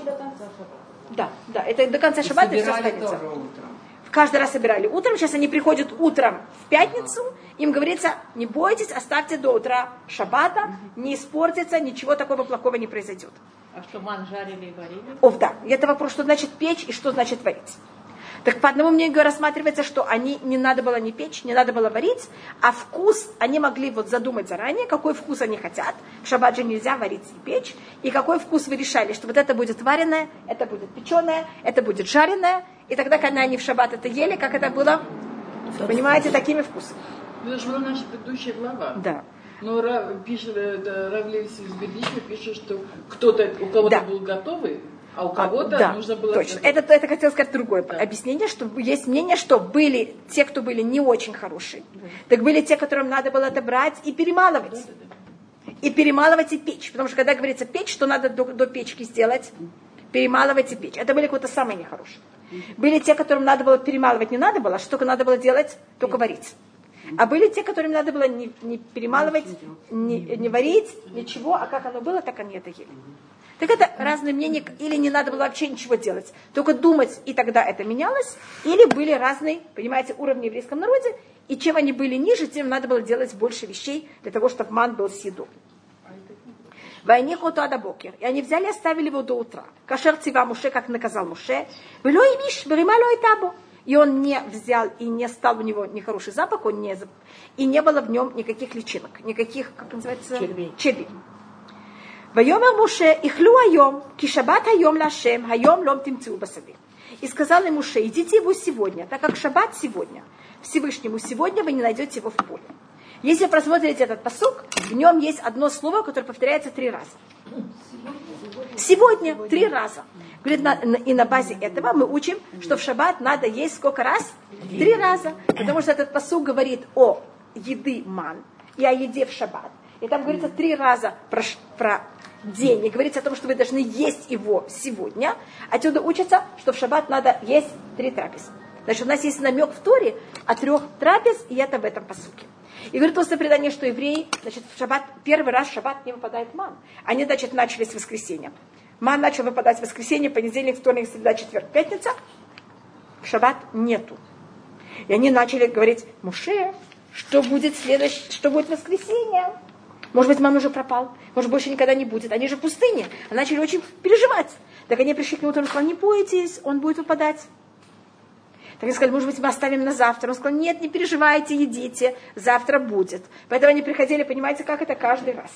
Да, да, это до конца шаббата все останется. Каждый раз собирали утром, сейчас они приходят утром в пятницу, им говорится, не бойтесь, оставьте до утра шаббата, не испортится, ничего такого плохого не произойдет. А что, ман жарили и варили? О, да, и это вопрос, что значит печь и что значит варить. Так по одному мнению рассматривается, что они не надо было не печь, не надо было варить, а вкус они могли вот задумать заранее, какой вкус они хотят. В шаббат же нельзя варить и печь. И какой вкус вы решали, что вот это будет вареное, это будет печеное, это будет жареное. И тогда, когда они в шаббат это ели, как это было, понимаете, такими вкусами. Это же была наша предыдущая глава. Да. Но Рав, пишет, Рав Левис из Бердичева пишет, что кто-то, у кого-то да. был готовый, а у кого-то а, да, нужно было... Точно. Это, это хотел сказать другое да. объяснение, что есть мнение, что были те, кто были не очень хорошие. Да. Так были те, которым надо было это брать и перемалывать. Да, да, да. И перемалывать и печь. Потому что когда говорится печь, что надо до, до печки сделать? Перемалывать и печь. Это были какие-то самые нехорошие. Были те, которым надо было перемалывать, не надо было, что только надо было делать, только варить. А были те, которым надо было не, не перемалывать, не, не варить, ничего, а как оно было, так они это ели. Так это разные мнения, или не надо было вообще ничего делать, только думать, и тогда это менялось, или были разные, понимаете, уровни в еврейском народе, и чем они были ниже, тем надо было делать больше вещей для того, чтобы ман был съедобным. Вайнихоту адабокер. И они взяли и оставили его до утра. Кашер цива Муше, как наказал Муше. Вело и виш, беремало и табу. И он не взял, и не стал у него нехороший запах, он не, и не было в нем никаких личинок, никаких, как называется? Червей. Червей. Вайомер Муше, ихлю айом, кишабат айом лашем, айом лом тимцу басади. И сказал ему Муше, идите его сегодня, так как шаббат сегодня, Всевышнему сегодня вы не найдете его в поле. Если вы просмотрите этот пасук, в нем есть одно слово, которое повторяется три раза. Сегодня три раза. Говорит, на, на, и на базе этого мы учим, что в шаббат надо есть сколько раз? Три раза. Потому что этот пасук говорит о еды ман и о еде в шаббат. И там говорится три раза про, про день. И говорится о том, что вы должны есть его сегодня. Отсюда учится, что в шаббат надо есть три трапезы. Значит, у нас есть намек в Торе о трех трапез, и это в этом пасуке. И говорит после предания, что евреи, значит, в шаббат, первый раз в шаббат не выпадает ман. Они, значит, начали с воскресенья. Ман начал выпадать в воскресенье, понедельник, вторник, среда, четверг, пятница. В шаббат нету. И они начали говорить, Муше, что будет следующее, что будет в воскресенье? Может быть, ман уже пропал, может, больше никогда не будет. Они же в пустыне. Они начали очень переживать. Так они пришли к нему, он сказал, не бойтесь, он будет выпадать. Так они сказали, может быть, мы оставим на завтра. Он сказал, нет, не переживайте, едите, завтра будет. Поэтому они приходили, понимаете, как это каждый раз.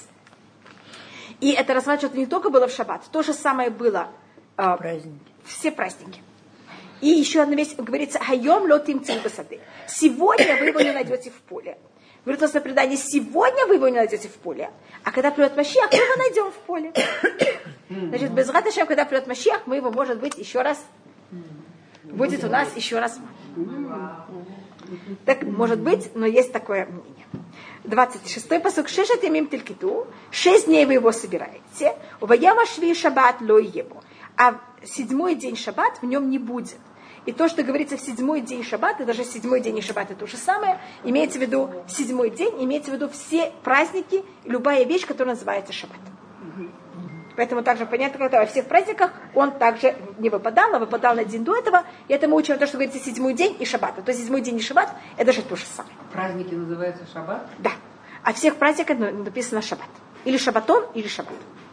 И это рассматривается не только было в шаббат, то же самое было э, праздники. Все праздники. И еще одна вещь, говорится, хайом лотим цилбасады. Сегодня вы его не найдете в поле. Говорит у нас предание, сегодня вы его не найдете в поле, а когда придет Машиах, мы его найдем в поле. Значит, без Раташем, когда придет Машиах, мы его, может быть, еще раз будет у нас еще раз. Так, может быть, но есть такое мнение. двадцать шестой пасук. Шешет ямим тилькиту. Шесть дней вы его собираете. Уваяма шви шаббат ло ебу. А седьмой день шаббат в нем не будет. И то, что говорится в седьмой день шаббата, даже седьмой день и шаббат это то же самое, имеется в виду седьмой день, имеется в виду все праздники, любая вещь, которая называется шаббат. Поэтому также понятно, когда во всех праздниках он также не выпадал, а выпадал на день до этого. И это мы учим то, что говорится седьмой день и шаббат. То есть седьмой день и шаббат это же то же самое. Праздники называются шаббат? Да. А всех праздников написано шаббат. Или шаббатон, или шаббат.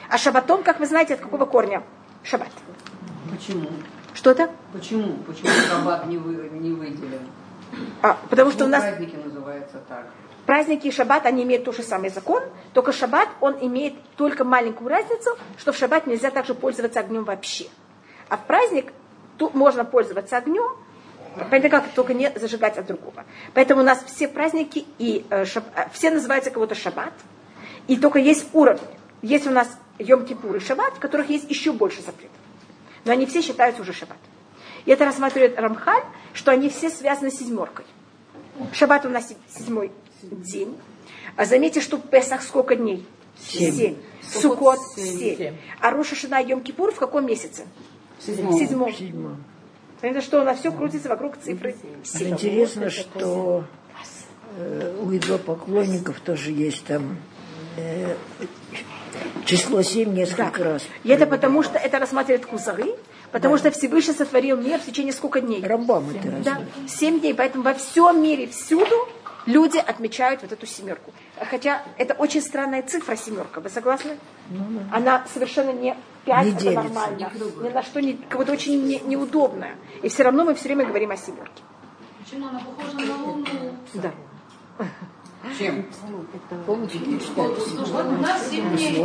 А шабатон, как вы знаете, от какого корня? Шаббат. Почему? Что-то? Почему? Почему шаббат не, вы, не выделен? А, потому что ну, у нас... праздники называются так. Праздники и шаббат, они имеют тот же самый закон, только шаббат, он имеет только маленькую разницу, что в шаббат нельзя также пользоваться огнем вообще. А в праздник тут можно пользоваться огнем, понятно, как только не зажигать от другого. Поэтому у нас все праздники, и э, шаб... все называются кого-то шаббат, и только есть уровни. Есть у нас Йом-Кипур и шаббат, в которых есть еще больше запретов. Но они все считаются уже шаббат. И это рассматривает Рамхаль, что они все связаны с седьмеркой. Шаббат у нас седьмой день. А заметьте, что в Песах сколько дней? Семь. Семь. Суккот семь. А Рош ха-Шана и Йом-Кипур в каком месяце? Седьмом. Седьмом. Седьмом. Понятно, что у нас все крутится вокруг цифры семь. Интересно, что э, у идолопоклонников тоже есть там э, число семь несколько да. раз. И это потому, что это рассматривает Кузары, потому да. что Всевышний сотворил мир в течение сколько дней? Рамбам это да. Семь дней. Поэтому во всем мире, всюду люди отмечают вот эту семерку. Хотя это очень странная цифра семерка. Вы согласны? Ну, да. Она совершенно не пять, не это делится, нормально. Ни на что не, как-то очень не, неудобная. И все равно мы все время говорим о семерке. Почему она похожа на Луну? Да. Чем? Помните, не читали? У нас семь дней.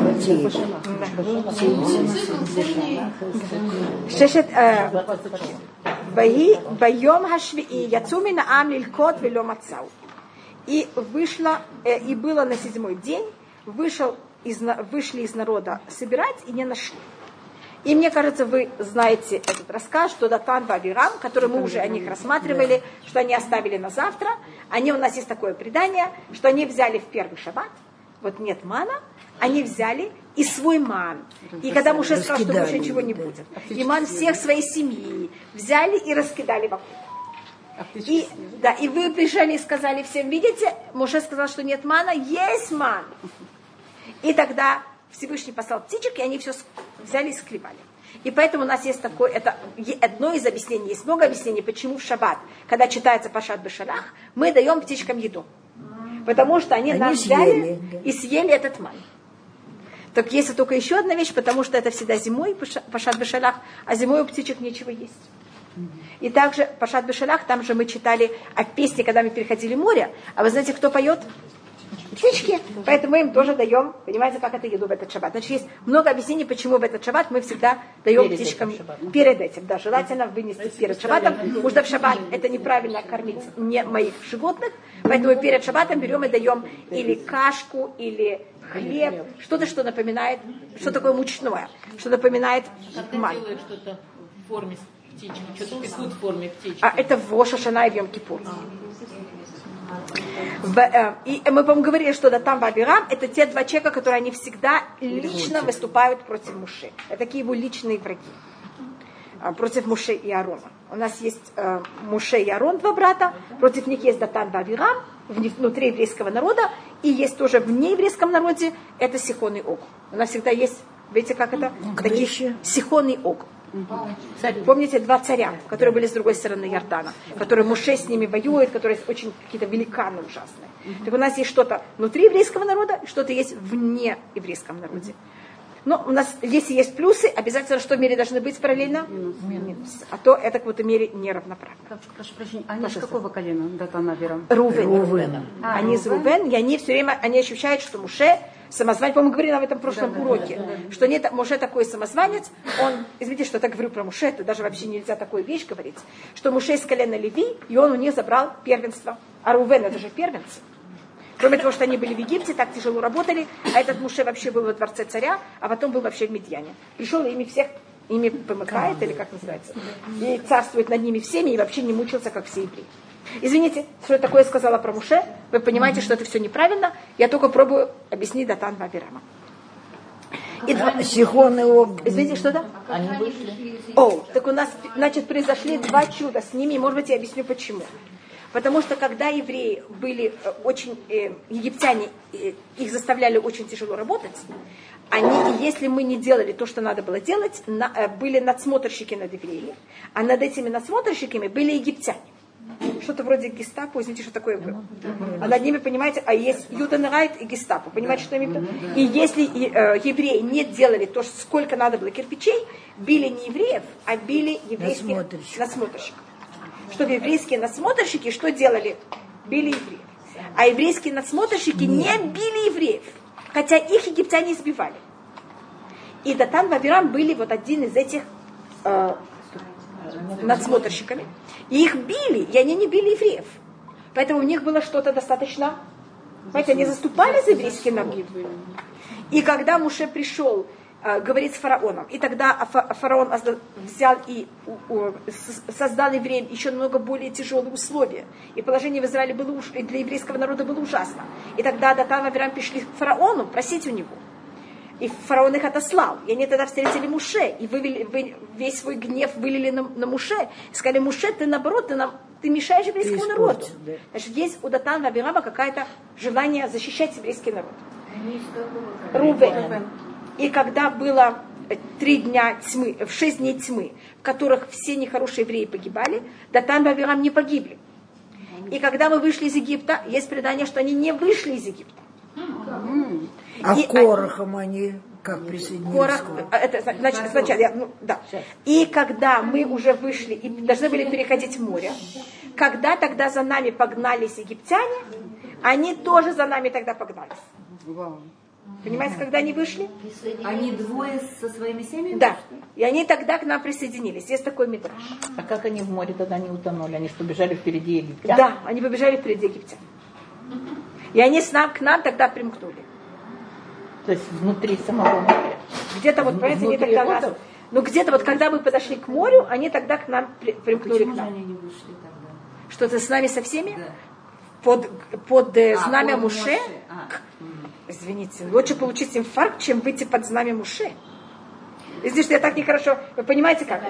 Шешет Байом Хашвии Яцуми Наам Лилькот Вело Мацау. И вышло, и было на седьмой день, вышел из, вышли из народа собирать и не нашли. И мне кажется, вы знаете этот рассказ, что Датан Вавирам, который мы уже о них рассматривали, что они оставили на завтра. Они, у нас есть такое предание, что они взяли в первый шаббат, вот нет мана, они взяли и свой ман. И когда Муше сказал, что больше ничего не будет, и ман всех своей семьи взяли и раскидали вокруг. И, да, и вы пришли и сказали всем, видите, Муше сказал, что нет мана, есть ман. И тогда Всевышний послал птичек, и они все взяли и склевали. И поэтому у нас есть такое, это одно из объяснений, есть много объяснений, почему в шаббат, когда читается Пашат бешалах, мы даем птичкам еду. Потому что они, они нас съели, взяли да. и съели этот ман. Так есть только еще одна вещь, потому что это всегда зимой Пашат бешалах, а зимой у птичек нечего есть. И также Пашат бешалах, там же мы читали о песне, когда мы переходили море, а вы знаете, кто поет? Птички, поэтому мы им тоже даем, понимаете, как это еду в этот шаббат. Значит, есть много объяснений, почему в этот шаббат мы всегда даем перед птичкам этим перед этим. Да, желательно вынести перед шаббатом, потому что в шаббат это неправильно кормить не моих животных, поэтому перед шаббатом берем и даем или кашку, или хлеб, что-то, что напоминает, что такое мучное, что напоминает ман. Делают что-то в форме птички, что-то пекут в форме птички. А это в Рош ха-Шана и в Йом-Кипур. В, э, и мы, по-моему, говорили, что Датан Вавирам это те два человека, которые они всегда лично выступают против Муше. Это такие его личные враги. А, против Муше и Аарона. У нас есть э, Муше и Аарон, два брата. Против них есть Датан Вавирам внутри еврейского народа. И есть тоже в нееврейском народе это Сихон и Ог. У нас всегда есть, видите, как это? Такие Сихон и Ог. Угу. Помните два царя, которые были с другой стороны Иордана, которые Муше с ними воюет, которые очень какие-то великаны ужасные. Угу. Так у нас есть что-то внутри еврейского народа, что-то есть вне еврейском народе. Но у нас, если есть плюсы, обязательно что в мире должны быть параллельно? Минус. А то это в какой-то мере неравноправно. Прошу прощения, они из какого колена Датана Вавирам? Рувен. Рувен. А, они из Рувен, и они все время они ощущают, что Муше самозванец, по-моему, говорили об этом в прошлом да, уроке, да, да, да. что нет, Муше такой самозванец, он, извините, что я так говорю про Муше, это даже вообще нельзя такую вещь говорить, что Муше из колена Леви, и он у них забрал первенство. А Рувен это же первенцы. Кроме того, что они были в Египте, так тяжело работали, а этот Муше вообще был во дворце царя, а потом был вообще в Медьяне. Пришел и ими всех, ими помыкает, или как называется, и царствует над ними всеми, и вообще не мучился, как все евреи. Извините, что я такое сказала про Муше, вы понимаете, что это все неправильно, я только пробую объяснить Датан Вавирама. И два... Сихон и Ог. Извините, что да? Они вышли. О, так у нас, значит, произошли два чуда с ними, и, может быть, я объясню почему. Потому что когда евреи были очень, э, египтяне, э, их заставляли очень тяжело работать, они, если мы не делали то, что надо было делать, на, э, были надсмотрщики над евреями, а над этими надсмотрщиками были египтяне. что-то вроде гестапо, извините, что такое было. А над ними, понимаете, а есть Юденрайт и гестапо, понимаете, что я имею в виду? И если э, евреи не делали то, сколько надо было кирпичей, били не евреев, а били еврейских Насмотрщиков. насмотрщиков. Чтобы еврейские насмотрщики что делали? Били евреев. А еврейские надсмотрщики не били евреев, хотя их египтяне избивали. И Датан и Авирам были вот один из этих э, надсмотрщиками. И их били, и они не били евреев. Поэтому у них было что-то достаточно... Понимаете, они заступали за еврейский народ. И когда Муше пришел э, говорить с фараоном, и тогда фараон взял и э, создал евреям еще намного более тяжелые условия. И положение в Израиле было уж, и для еврейского народа было ужасно. И тогда Датан и Авирам пришли к фараону просить у него. И фараон их отослал. И они тогда встретили Муше. И вывели, вы, весь свой гнев вылили на, на Муше. И сказали: Муше, ты наоборот, ты, нам, ты мешаешь еврейскому ты народу. Да. Значит, есть у Датана и Авирама какое-то желание защищать еврейский народ. Рувен. И когда было три дня тьмы, в шесть дней тьмы, в которых все нехорошие евреи погибали, Датан и Авирам не погибли. И когда мы вышли из Египта, есть предание, что они не вышли из Египта. А и, Корахом они как присоединились? Корах, это, значит, сначала, я, ну, да. И когда мы уже вышли и должны были переходить море, когда тогда за нами погнались египтяне, они тоже за нами тогда погнались. Вау. Понимаете, когда они вышли? Они двое со своими семьями? Да. И они тогда к нам присоединились. Есть такой мидраш. А как они в море тогда не утонули? Они что, бежали впереди египтян? Да, они побежали впереди египтян. И они с нам, к нам тогда примкнули. То есть внутри самого моря? Где-то вот, понимаете, они тогда нас... Ну, где-то вот, когда мы подошли к морю, они тогда к нам при, примкнули. Почему к нам. же они не вышли тогда? Что-то с нами со всеми? Да. Под, под э, а, знамя под Муше? Моше. А. Извините, лучше получить инфаркт, чем выйти под знамя Муше. Извините, что я так нехорошо... Вы понимаете, как?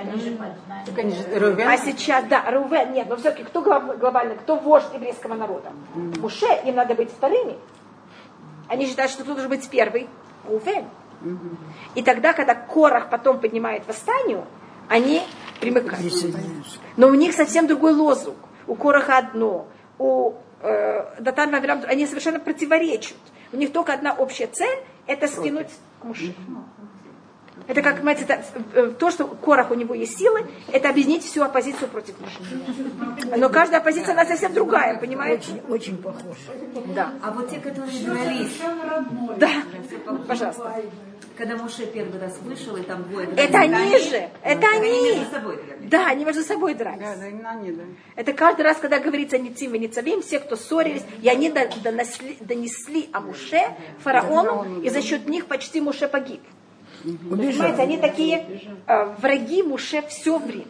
А сейчас, да, Рувен, нет, но все-таки кто глобальный, кто вождь еврейского народа? Mm. Муше, им надо быть вторыми. Они считают, что тут должен быть первый Рувен. Mm-hmm. И тогда, когда Корах потом поднимает восстание, они примыкают. Но у них совсем другой лозунг. У Кораха одно, у э, Датан и Авирам, они совершенно противоречат. У них только одна общая цель – это скинуть к Муше. Это как, понимаете, это, то, что Корах у него есть силы, это объединить всю оппозицию против Муше. Но каждая оппозиция, она совсем другая, понимаете? Очень, очень похоже. Да. А вот те, которые дрались. Да, пожалуйста. Когда Муше первый раз вышел, и там двое... Это они же, это они. Они между собой дрались. Да, они между собой дрались. Да, да, они, да. Это каждый раз, когда говорится «Ницим и Ницавим», все, кто ссорились, и они донесли, донесли о Муше фараону, и за счет них почти Муше погиб. Понимаете, они такие э, враги Муше все время.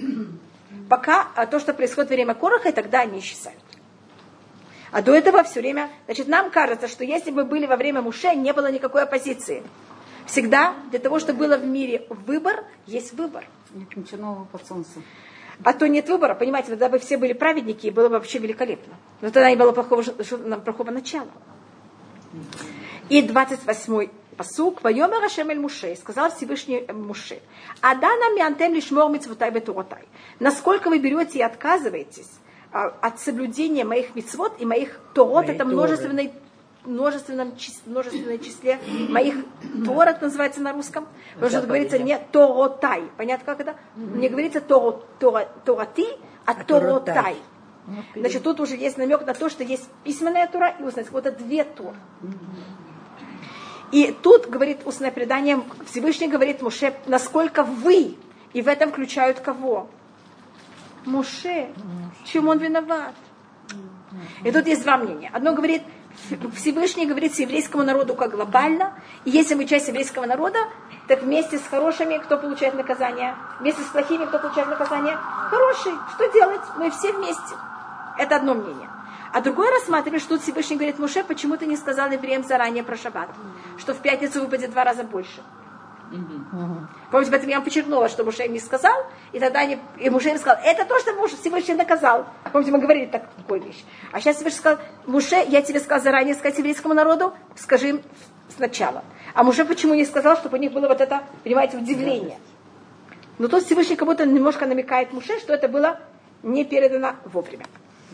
Пока а то, что происходит во время Кораха, и тогда они исчезают. А до этого все время... Значит, нам кажется, что если бы были во время Муше, не было никакой оппозиции. Всегда для того, чтобы было в мире выбор, есть выбор. Нет ничего нового под солнцем. А то нет выбора, понимаете, тогда бы все были праведники, и было бы вообще великолепно. Но тогда не было плохого, плохого начала. И двадцать восьмой пасук, «Вайомер Ашем эль Муше», сказал Всевышний Муше, «Адана миантем лишмор мицвотай бетуротай». Насколько вы берете и отказываетесь а, от соблюдения моих мицвот и моих торот, это множественной, множественном, множественном числе моих торот называется на русском, потому что говорится не торотай. Понятно, как это? Не говорится торо, торо, тороти, а торотай. Значит, тут уже есть намек на то, что есть письменная Тора и устная. Вот это две Торы. И тут, говорит устное предание, Всевышний говорит Муше, насколько вы, и в этом включают кого? Муше. Чем он виноват? И тут есть два мнения. Одно говорит, Всевышний говорит еврейскому народу как глобально, и если мы часть еврейского народа, так вместе с хорошими кто получает наказание? Вместе с плохими кто получает наказание? Хорошие. Что делать? Мы все вместе. Это одно мнение. А другое рассматривает, что тут Всевышний говорит, Муше, почему ты не сказал евреям заранее про шаббат? Что в пятницу выпадет два раза больше. Uh-huh. Помните, поэтому я вам подчеркнула, что Муше им не сказал, и тогда они, и Муше им сказал, это то, что Муше Всевышний наказал. Помните, мы говорили так, такую вещь. А сейчас Всевышний сказал, Муше, я тебе сказал заранее сказать еврейскому народу, скажи им сначала. А Муше почему не сказал, чтобы у них было вот это, понимаете, удивление? Но тут Всевышний как будто немножко намекает Муше, что это было не передано вовремя.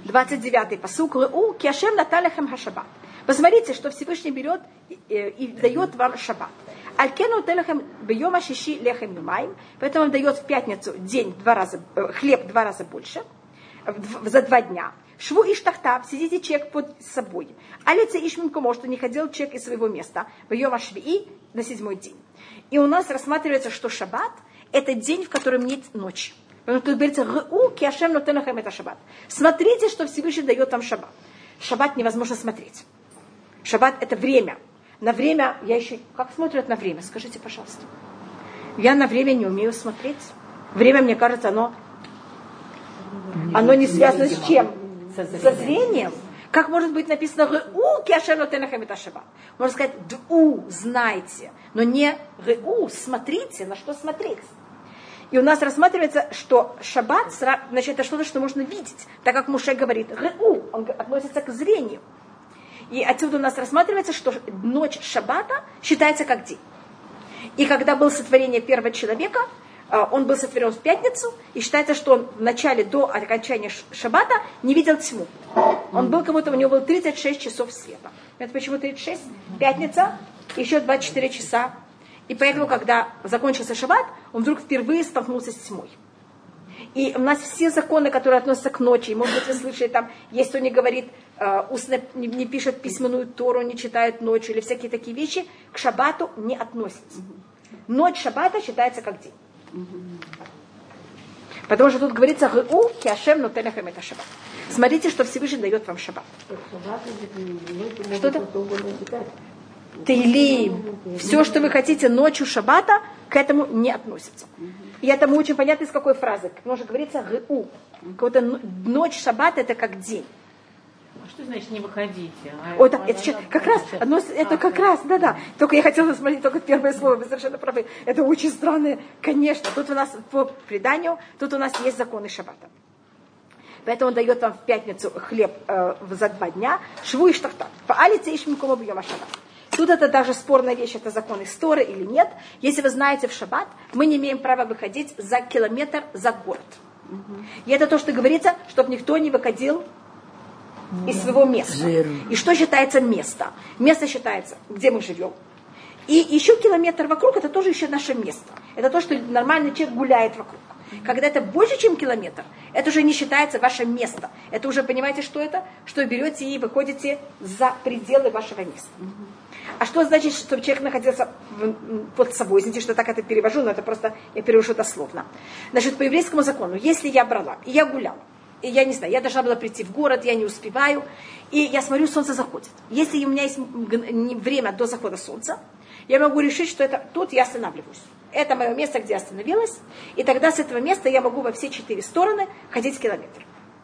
двадцать девятый пасук. Леу киашем наталехем хашабат. Посмотрите, что Всевышний берет и, и, и дает вам шаббат. Алькену телехем бьема шиши лехем юмаем. Поэтому он дает в пятницу день два раза, хлеб два раза больше, в, за два дня. Шву и штахтав, сидите человек под собой. Алице ишминкумо, что не ходил человек из своего места. Бьема швии на седьмой день. И у нас рассматривается, что шаббат это день, в котором нет ночи. Потому что тут говорится, «Гу киашем нотенахем» это шаббат. Смотрите, что Всевышний дает вам шаббат. Шаббат невозможно смотреть. Шаббат это время. На время, я еще, как смотрят на время? Скажите, пожалуйста. Я на время не умею смотреть. Время, мне кажется, оно, оно не связано с чем? Со зрением. Со зрением. Как может быть написано «Гу киашем нотенахем» это шаббат? Можно сказать «Ду» знайте, но не «Гу» смотрите, на что смотреть. И у нас рассматривается, что шаббат, значит, это что-то, что можно видеть, так как Муше говорит «Гу», он относится к зрению. И отсюда у нас рассматривается, что ночь шаббата считается как день. И когда было сотворение первого человека, он был сотворен в пятницу, и считается, что он в начале, до окончания шаббата, не видел тьму. Он был, как будто у него было тридцать шесть часов света. Это почему тридцать шесть? Пятница, еще двадцать четыре часа. И поэтому, когда закончился шаббат, он вдруг впервые столкнулся с тьмой. И у нас все законы, которые относятся к ночи, может быть, вы слышали, там, есть кто не говорит, э, устно, не, не пишет письменную Тору, не читает ночью, или всякие такие вещи, к шаббату не относятся. Ночь шаббата считается как день. Потому что тут говорится, «Гу киашем нотенахем это шаббат». Смотрите, что Всевышний дает вам шаббат. Что это? Тейлим. Все, что вы хотите ночью шаббата, к этому не относится. И этому очень понятно из какой фразы. Потому что говорится «Гу». Ночь шаббата это как день. А что значит не выходите? А О, да, это сейчас, как раз, одно, это как раз, да-да. Только я хотела смотреть только первое слово, вы совершенно правы. Это очень странное, конечно. Тут у нас по преданию, тут у нас есть законы шаббата. Поэтому он дает вам в пятницу хлеб э, за два дня. Шву и штахтат. По алице ишминкумо бьема шаббат. Тут это даже спорная вещь, это закон истории или нет. Если вы знаете, в шаббат мы не имеем права выходить за километр за город. Угу. И это то, что говорится, чтобы никто не выходил из своего места. И что считается место? Место считается, где мы живем. И еще километр вокруг, это тоже еще наше место. Это то, что нормальный человек гуляет вокруг. Когда это больше, чем километр, это уже не считается ваше место. Это уже, понимаете, что это? Что вы берете и выходите за пределы вашего места. А что значит, чтобы человек находился под собой? Извините, что так это перевожу, но это просто, я перевожу дословно. Значит, по еврейскому закону, если я брала, и я гуляла, и я не знаю, я должна была прийти в город, я не успеваю, и я смотрю, солнце заходит. Если у меня есть время до захода солнца, я могу решить, что это тут я останавливаюсь. Это мое место, где я остановилась, и тогда с этого места я могу во все четыре стороны ходить километр.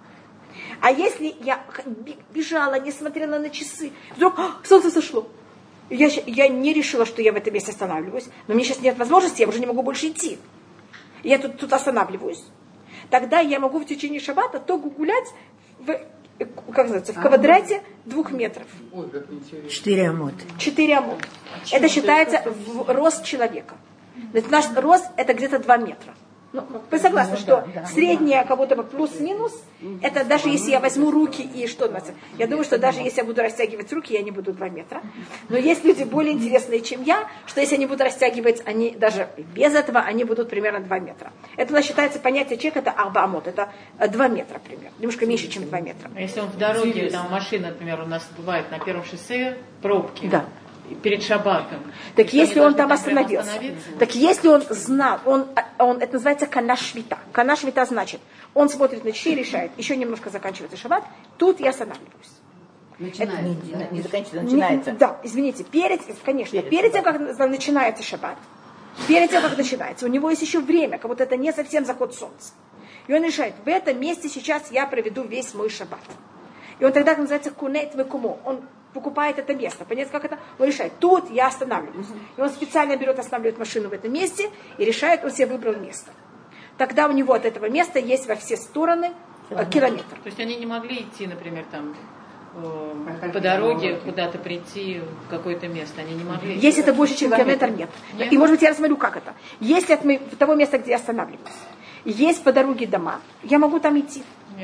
А если я бежала, не смотрела на часы, вдруг солнце сошло, я, я не решила, что я в этом месте останавливаюсь, но мне сейчас нет возможности, я уже не могу больше идти. Я тут, тут останавливаюсь. Тогда я могу в течение шаббата только гулять в, как называется, в квадрате двух метров. Четыре амот. Четыре амот. Это считается в рост человека. Наш рост это где-то два метра. Ну, вы согласны, что средняя как будто бы плюс-минус, это даже если я возьму руки и что, я думаю, что даже если я буду растягивать руки, я не буду два метра. Но есть люди более интересные, чем я, что если они будут растягивать, они даже без этого, они будут примерно два метра. Это у нас считается понятие человека, это арба амот, это два метра примерно, немножко меньше, чем два метра. А если он в дороге, там машина, например, у нас бывает на первом шоссе пробки. Да. Перед шаббатом. Так если он там остановился, так если он знал, он, он, это называется канашвита. Канашвита значит, он смотрит на часы и решает, еще немножко заканчивается шаббат, тут я останавливаюсь. Начинается. Это, не, не заканчивается, начинается. Не, да, извините, перед, конечно, перед, перед тем, как начинается шаббат, перед тем, как начинается, у него есть еще время, как будто это не совсем заход солнца. И он решает, в этом месте сейчас я проведу весь мой шаббат. И он тогда называется кунет векумо. Он покупает это место. Понятно, как это? Он решает, тут я останавливаюсь. И он специально берет, останавливает машину в этом месте и решает, он себе выбрал место. Тогда у него от этого места есть во все стороны километр. километр. То есть они не могли идти, например, там э, по дороге куда-то прийти в какое-то место. Они не могли. Если это больше, чем километр, нет. нет. И может быть я рассмотрю, как это. Если от того места, где я останавливаюсь, есть по дороге дома, я могу там идти. Нет.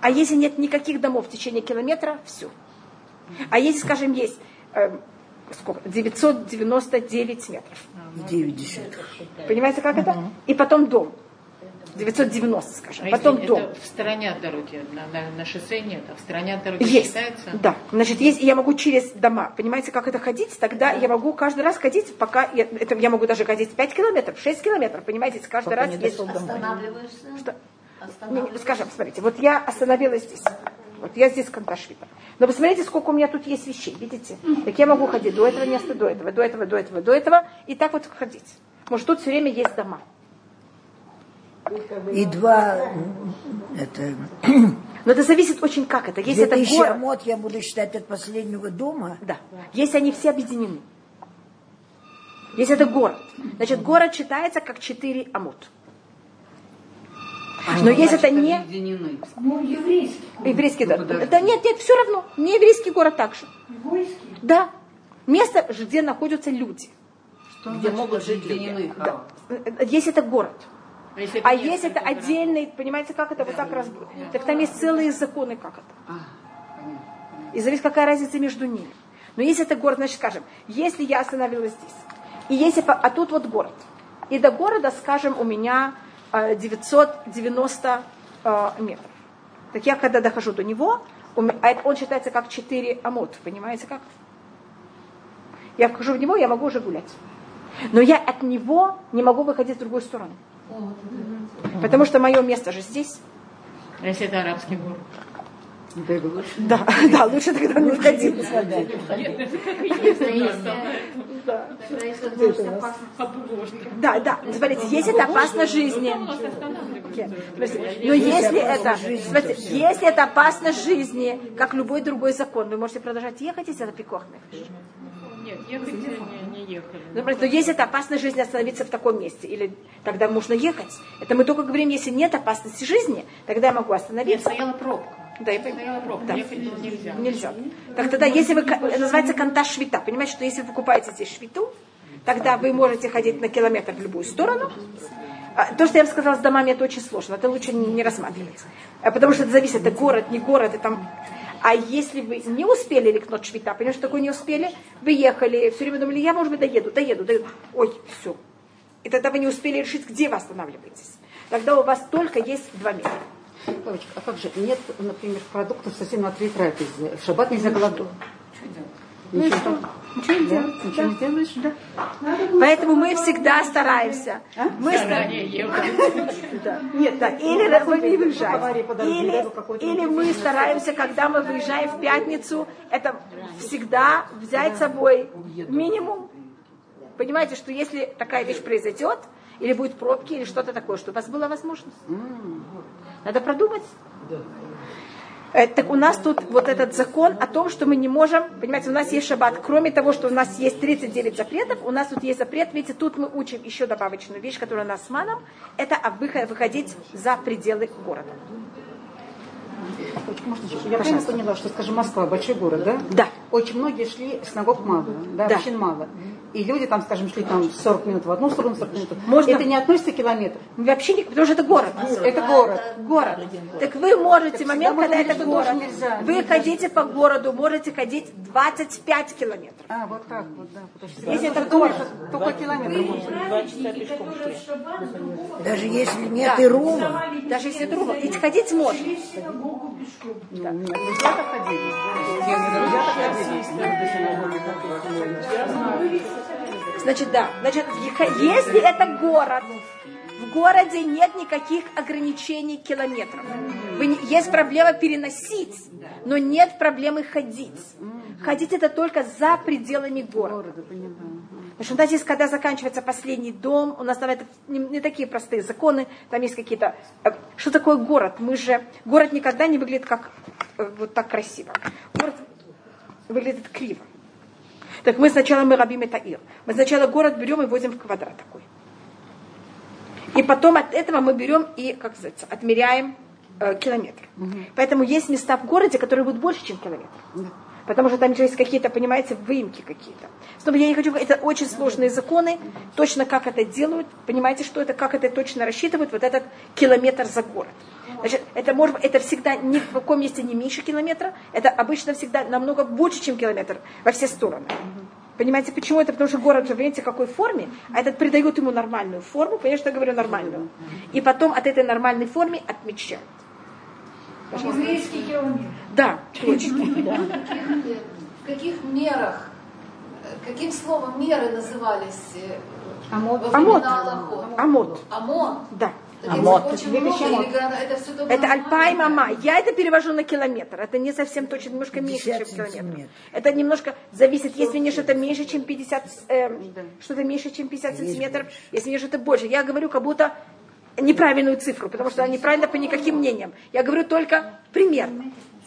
А если нет никаких домов в течение километра, все. А если, скажем, есть э, сколько? девятьсот девяносто девять метров. девять десятых. Понимаете, как это? И потом дом. девятьсот девяносто, скажем. А потом это дом. в стороне от дороги, на, на, на шоссе нет, а в стороне от дороги есть. считается? Да. Значит, есть, я могу через дома. Понимаете, как это ходить? Тогда я могу каждый раз ходить, пока я, это, я могу даже ходить пять километров, шесть километров. Понимаете, каждый пока раз есть. Останавливаешься? Что? Не, скажем, смотрите, вот я остановилась здесь. Вот я здесь Канташвита. Но посмотрите, сколько у меня тут есть вещей, видите? Так я могу ходить до этого места, до этого, до этого, до этого, до этого, и так вот ходить. Может, тут все время есть дома. И два, это... Но это зависит очень как это. Если это город, амот я буду считать от последнего дома. Да. Если они все объединены. Если это город. Значит, город считается как четыре амот. А но если это не... Ну, еврейский. Еврейский ну, город. Да нет, нет, все равно. Не еврейский город также. Еврейский? Да. Место, где находятся люди. Что где значит могут жить объединены? люди. Да. Если это город. Если А нет, если это отдельный, понимаете, как это вот так разбор. Так там есть целые законы, как это. А, понятно. И зависит, какая разница между ними. Но если это город, значит, скажем, если я остановилась здесь, и если, а тут вот город, и до города, скажем, у меня девятьсот девяносто метров. Так я, когда дохожу до него, он считается как четыре амот, понимаете как? Я вхожу в него, я могу уже гулять. Но я от него не могу выходить в другую сторону. Потому что мое место же здесь. А если это арабский город? Да, да, лучше тогда не входить. Да, да, смотрите, если это опасно жизни. Но если это, смотрите, если это опасно жизни, как любой другой закон, вы можете продолжать ехать, если это пикохный. Нет, ехать не, не ехали. Например, но если это опасная жизнь остановиться в таком месте, или тогда можно ехать. Это мы только говорим, если нет опасности жизни, тогда я могу остановиться. Нет, стояла пробка. Да, я стояла пробка, да. ехать нельзя. Нельзя. Так тогда, если вы, называется канта швита, понимаете, что если вы покупаете здесь швиту, тогда вы можете ходить на километр в любую сторону. То, что я вам сказала с домами, это очень сложно, это лучше не, не рассматривать. Потому что это зависит, это город, не город, это там... А если вы не успели рекнуть швита, понимаете, что такое не успели, вы ехали, все время думали, я, может быть, доеду, доеду, доеду. Ой, все. И тогда вы не успели решить, где вы останавливаетесь. Тогда у вас только есть два места. Лавочка, а как же, нет, например, продуктов совсем на три трапезы. В шаббат нельзя голодать. Ну Ничего, что? Ничего не делаешь? Ничего да. не делаешь? Да. Поэтому мы всегда стараемся. А? Мы стараемся. Да. Нет, да. Или вы не выезжаете. Или, или мы стараемся, когда мы выезжаем в пятницу, это всегда взять с собой минимум. Понимаете, что если такая вещь произойдет, или будет пробки, или что-то такое, чтобы у вас была возможность. Надо продумать. Так у нас тут вот этот закон о том, что мы не можем, понимаете, у нас есть шаббат, кроме того, что у нас есть тридцать девять запретов, у нас тут есть запрет, видите, тут мы учим еще добавочную вещь, которая у нас с маном, это выходить за пределы города. Можно, я правильно поняла, что, скажем, Москва большой город, да? Да. Очень многие шли, синагог мало, да, да. общин мало. И люди там, скажем, шли там сорок минут в одну сторону, сорок минут. Можно... Это не относится к километру? Вообще не, потому что это город. Это город. Город. Так вы можете, так момент, когда думали, это город, вы ходите по городу, можете ходить двадцать пять километров. А, вот так вот, да. Потому если это думаешь, город. только километр. Даже если нет да. и рума. Даже если нет рума. Ведь ходить можно. Да. Ребята ходили. Значит, да. Значит, если это город, в городе нет никаких ограничений километров. Вы, есть проблема переносить, но нет проблемы ходить. Ходить это только за пределами города. Потому что, знаете, когда заканчивается последний дом, у нас там это не, не такие простые законы, там есть какие-то... Что такое город? Мы же... Город никогда не выглядит как вот так красиво. Город выглядит криво. Так мы сначала мы рабим это ир. Мы сначала город берем и возим в квадрат такой. И потом от этого мы берем и, как сказать, отмеряем э, километр. Угу. Поэтому есть места в городе, которые будут больше, чем километр. Угу. Потому что там же есть какие-то, понимаете, выемки какие-то. Снова я не хочу говорить, это очень сложные законы, точно как это делают, понимаете, что это, как это точно рассчитывают, вот этот километр за город. Значит, это, может, это всегда ни в каком месте не меньше километра, это обычно всегда намного больше, чем километр во все стороны. Понимаете, почему это? Потому что город же, видите, в какой форме, а этот придает ему нормальную форму, конечно, я говорю нормальную. И потом от этой нормальной формы отмечают. Еврейский километр. Да, точно. Да. В каких мерах, каким словом меры назывались Амот. во времена Аллахот? Амот. Амон. Да. Амот. Очень много, или это все это альпай мама. Я это перевожу на километр. Это не совсем точно, немножко меньше, чем километр. Это немножко зависит, если мне что-то меньше, чем пятьдесят, э, что-то меньше, чем пятьдесят сантиметров, если мне что-то больше. Я говорю как будто неправильную цифру, потому что она неправильна по никаким мнениям. Я говорю только примерно.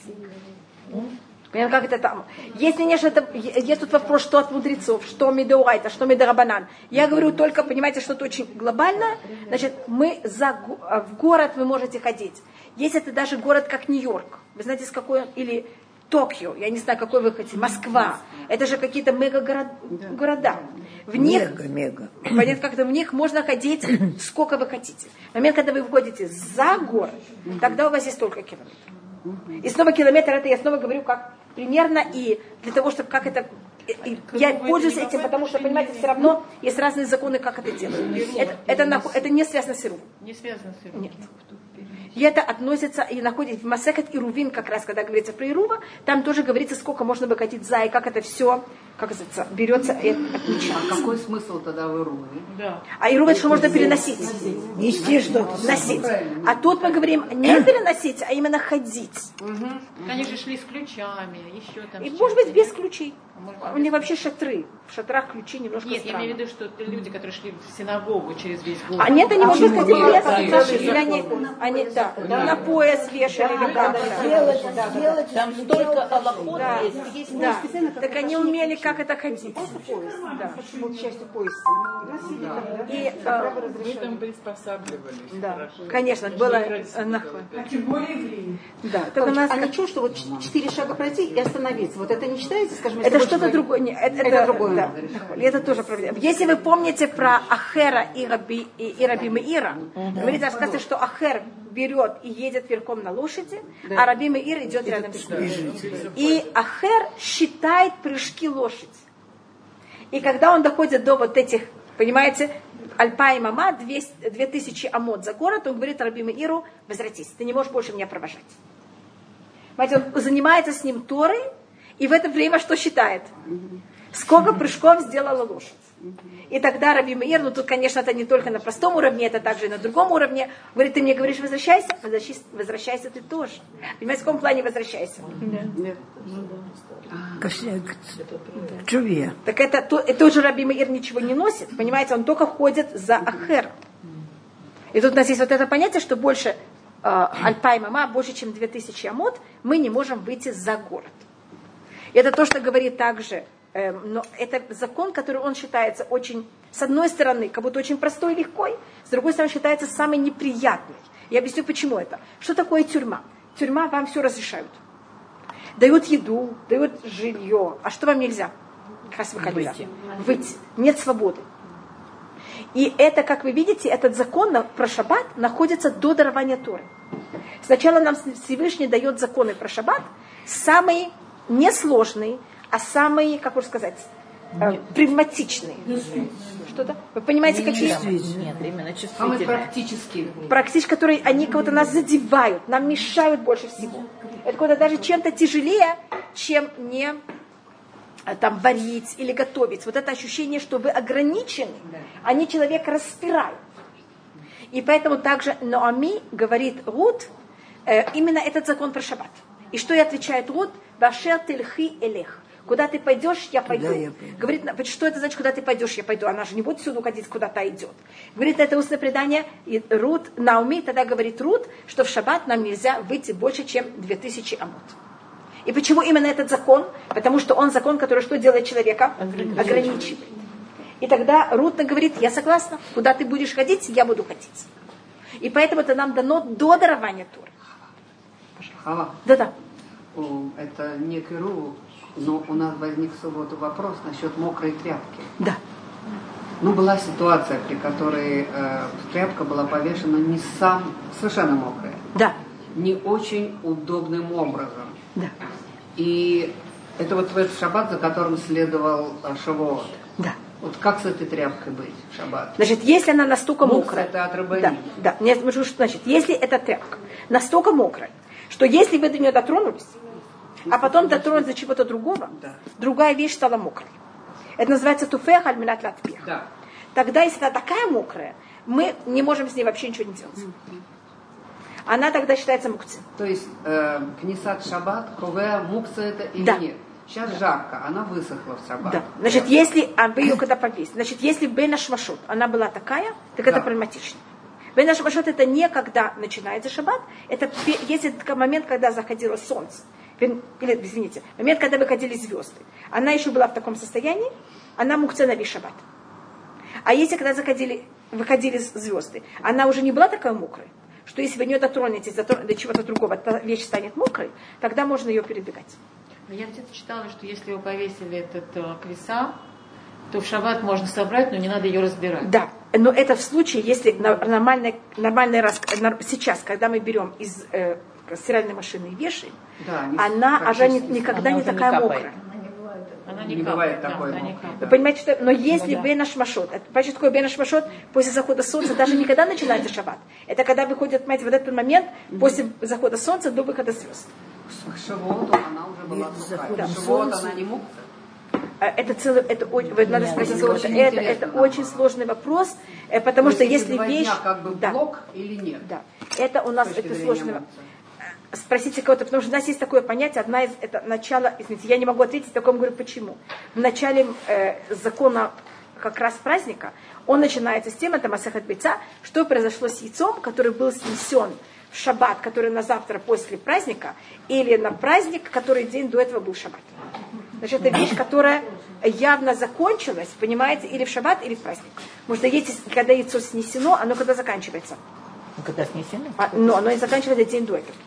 Понятно, как это там. Если не что-то, есть тут вопрос, что от мудрецов, что медеурайта, что медорабанан. Я говорю только, понимаете, что-то очень глобальное. Значит, мы за, в город вы можете ходить. Есть это даже город, как Нью-Йорк. Вы знаете, с какой он, или Токио, я не знаю, какой вы хотите, Москва. Это же какие-то мега-города. В них, мега, мега. Понятно, как-то в них можно ходить сколько вы хотите. В момент, когда вы выходите за город, тогда у вас есть столько километров. И снова километр, это я снова говорю как примерно, и для того, чтобы как это... И я пользуюсь этим, потому что, понимаете, все равно есть разные законы, как это делают. Это, это, это не связано с Ирувом. Не связано с Ирувом. Нет. И это относится и находится в Масехет Ирувин, как раз, когда говорится про Ирува, там тоже говорится, сколько можно выкатить за, и как это все, как это берется и отмечается. А какой смысл тогда в Ируве? Да. А Ирув это что можно переносить. Нести что-то. Носить. А тут мы говорим не переносить, а именно ходить. Угу. Они же шли с ключами, еще там. И может быть без ключей. А У них вообще шатры. В шатрах ключи немножко Нет, странно. я имею в виду, что это люди, которые шли в синагогу через весь город. А нет, они, может быть, ходили Да, без да, или они, они да, Да. на пояс вешали. Да, или да, как-то. сделать, сделать, Там столько аллахот Да, есть. да. Так они умели, как это ходить. Да. Почему частью пояса? И, э, В этом приспосабливались. да, Хорошо. конечно, было... Играть э, на- А тем более евреи. Да. Так у нас А как- ничего, что вот ч- четыре шага пройти и остановиться. Вот это не считается, скажем, если Это больше что-то шагов? другое. Нет, это, Это это- другое. да. И это тоже проблема. Если вы помните про Ахера и Раби, и, и Раби Меира, говорится, рассказывается, что Ахер берет и едет верхом на лошади, а Раби Меир идет рядом с ним. И Ахер считает прыжки лошади. И когда он доходит до вот этих, понимаете, Альпа и Мама, две тысячи амот за город, он говорит Раби Меиру: возвратись, ты не можешь больше меня провожать. Понимаете, он занимается с ним Торой, и в это время что считает? Сколько прыжков сделала лошадь. И тогда Раби Меир, ну тут, конечно, это не только на простом уровне, это также и на другом уровне, говорит: ты мне говоришь, возвращайся, возвращайся, возвращайся ты тоже. Понимаете, в каком плане возвращайся? К, к чуве. Так это, то, это уже Раби Меир ничего не носит, понимаете, он только ходит за Ахером. И тут у нас есть вот это понятие, что больше э, Альпа и Мама, больше, чем две тысячи амот, мы не можем выйти за город. И это то, что говорит также, э, но это закон, который он считается очень, с одной стороны, как будто очень простой и легкой, с другой стороны, считается самый неприятный. Я объясню, почему это. Что такое тюрьма? Тюрьма, вам все разрешают. Дают еду, дают жилье. А что вам нельзя? Выйти. Выйти. Нет свободы. И это, как вы видите, этот закон на, про шаббат находится до дарования Торы. Сначала нам Всевышний дает законы про шаббат, самые несложные, а самые, как можно сказать, э, прагматичные. Что-то? Вы понимаете, какие? Нет, именно Самые чувствительные. практические. Практически, которые они кого-то нас задевают, нам мешают больше всего. Это куда даже чем-то тяжелее, чем не там варить или готовить. Вот это ощущение, что вы ограничены, они человека распирают. И поэтому также Ноами говорит Рут, э, именно этот закон про шаббат. И что и отвечает Рут? Вашер тельхи элех. Куда ты пойдешь, я пойду. я пойду. Говорит, что это значит, куда ты пойдешь, я пойду. Она же не будет всюду ходить, куда-то идет. Говорит, это устное предание. И Рут, Наоми тогда говорит Рут, что в шаббат нам нельзя выйти больше, чем две тысячи амот. И почему именно этот закон? Потому что он закон, который что делает человека? Ограничивает. И тогда Рут говорит: я согласна, куда ты будешь ходить, я буду ходить. И поэтому это нам дано до дарования Торы. Хава. Да-да. О, это не Киру, Но у нас возник в субботу вопрос насчет мокрой тряпки. Да. Ну, была ситуация, при которой э, тряпка была повешена не сам, совершенно мокрая. Да. Не очень удобным образом. Да. И это вот в этот шаббат, за которым следовал э, Шавуот. Да. Вот как с этой тряпкой быть в шаббат? Значит, если она настолько Мукса мокрая. это от рыбы. Да, да. Нет, значит, если эта тряпка настолько мокрая, что если вы до нее дотронулись, а потом дотронулись до чего-то другого, да. другая вещь стала мокрой. Это называется туфех аль-минат латпех. Да. Тогда, если она такая мокрая, мы не можем с ней вообще ничего не делать. Mm-hmm. Она тогда считается мукцей. То есть э, книсат шаббат, ковеа, мукса это или да. нет? Сейчас да. жарко, она высохла в шаббат. Да. Значит, если а вы ее когда повесили, значит, если бен ашмашот, она была такая, так да. это проблематично. Бен ашмашот это не когда начинается шаббат, это если момент, когда заходило солнце. Или, извините, момент, когда выходили звезды. Она еще была в таком состоянии, она мукция на весь шаббат. А если когда заходили, выходили звезды, она уже не была такая мокрая, что если вы не дотронетесь до чего-то другого, эта вещь станет мокрой, тогда можно ее передвигать. Я где-то читала, что если вы повесили этот э, квиса, то в шаббат можно собрать, но не надо ее разбирать. Да, но это в случае, если нормальная, нормальная рас... сейчас, когда мы берем из э, стиральной машины и вешаем, да, она уже никогда она не такая не мокрая. Она не, не бывает да, такой. Да, Вы понимаете, что... Но если ну, да. бен ашмашот, это такое бен ашмашот после захода солнца, даже не когда начинается шаббат. Это когда выходит, понимаете, вот этот момент mm-hmm. после захода солнца до выхода звезд. К шавуоту она уже была сухая. Да. К шавуоту она не мукция. Это целый, это, это надо сказать, это, это, это очень сложный вопрос, потому что если вещь, как бы да, блок или нет, да, это у нас это сложный вопрос. Спросите кого-то, потому что у нас есть такое понятие, одна из, это начало, извините, я не могу ответить, такому говорю, почему. В начале э, закона как раз праздника, он начинается с тем, это Масехет Бейца, что произошло с яйцом, который был снесен в шаббат, который на завтра после праздника, или на праздник, который день до этого был шаббат. Значит, это вещь, которая явно закончилась, понимаете, или в шаббат, или в праздник. Потому что если, когда яйцо снесено, оно когда заканчивается? Ну, когда снесено? А, но оно и заканчивается день до этого.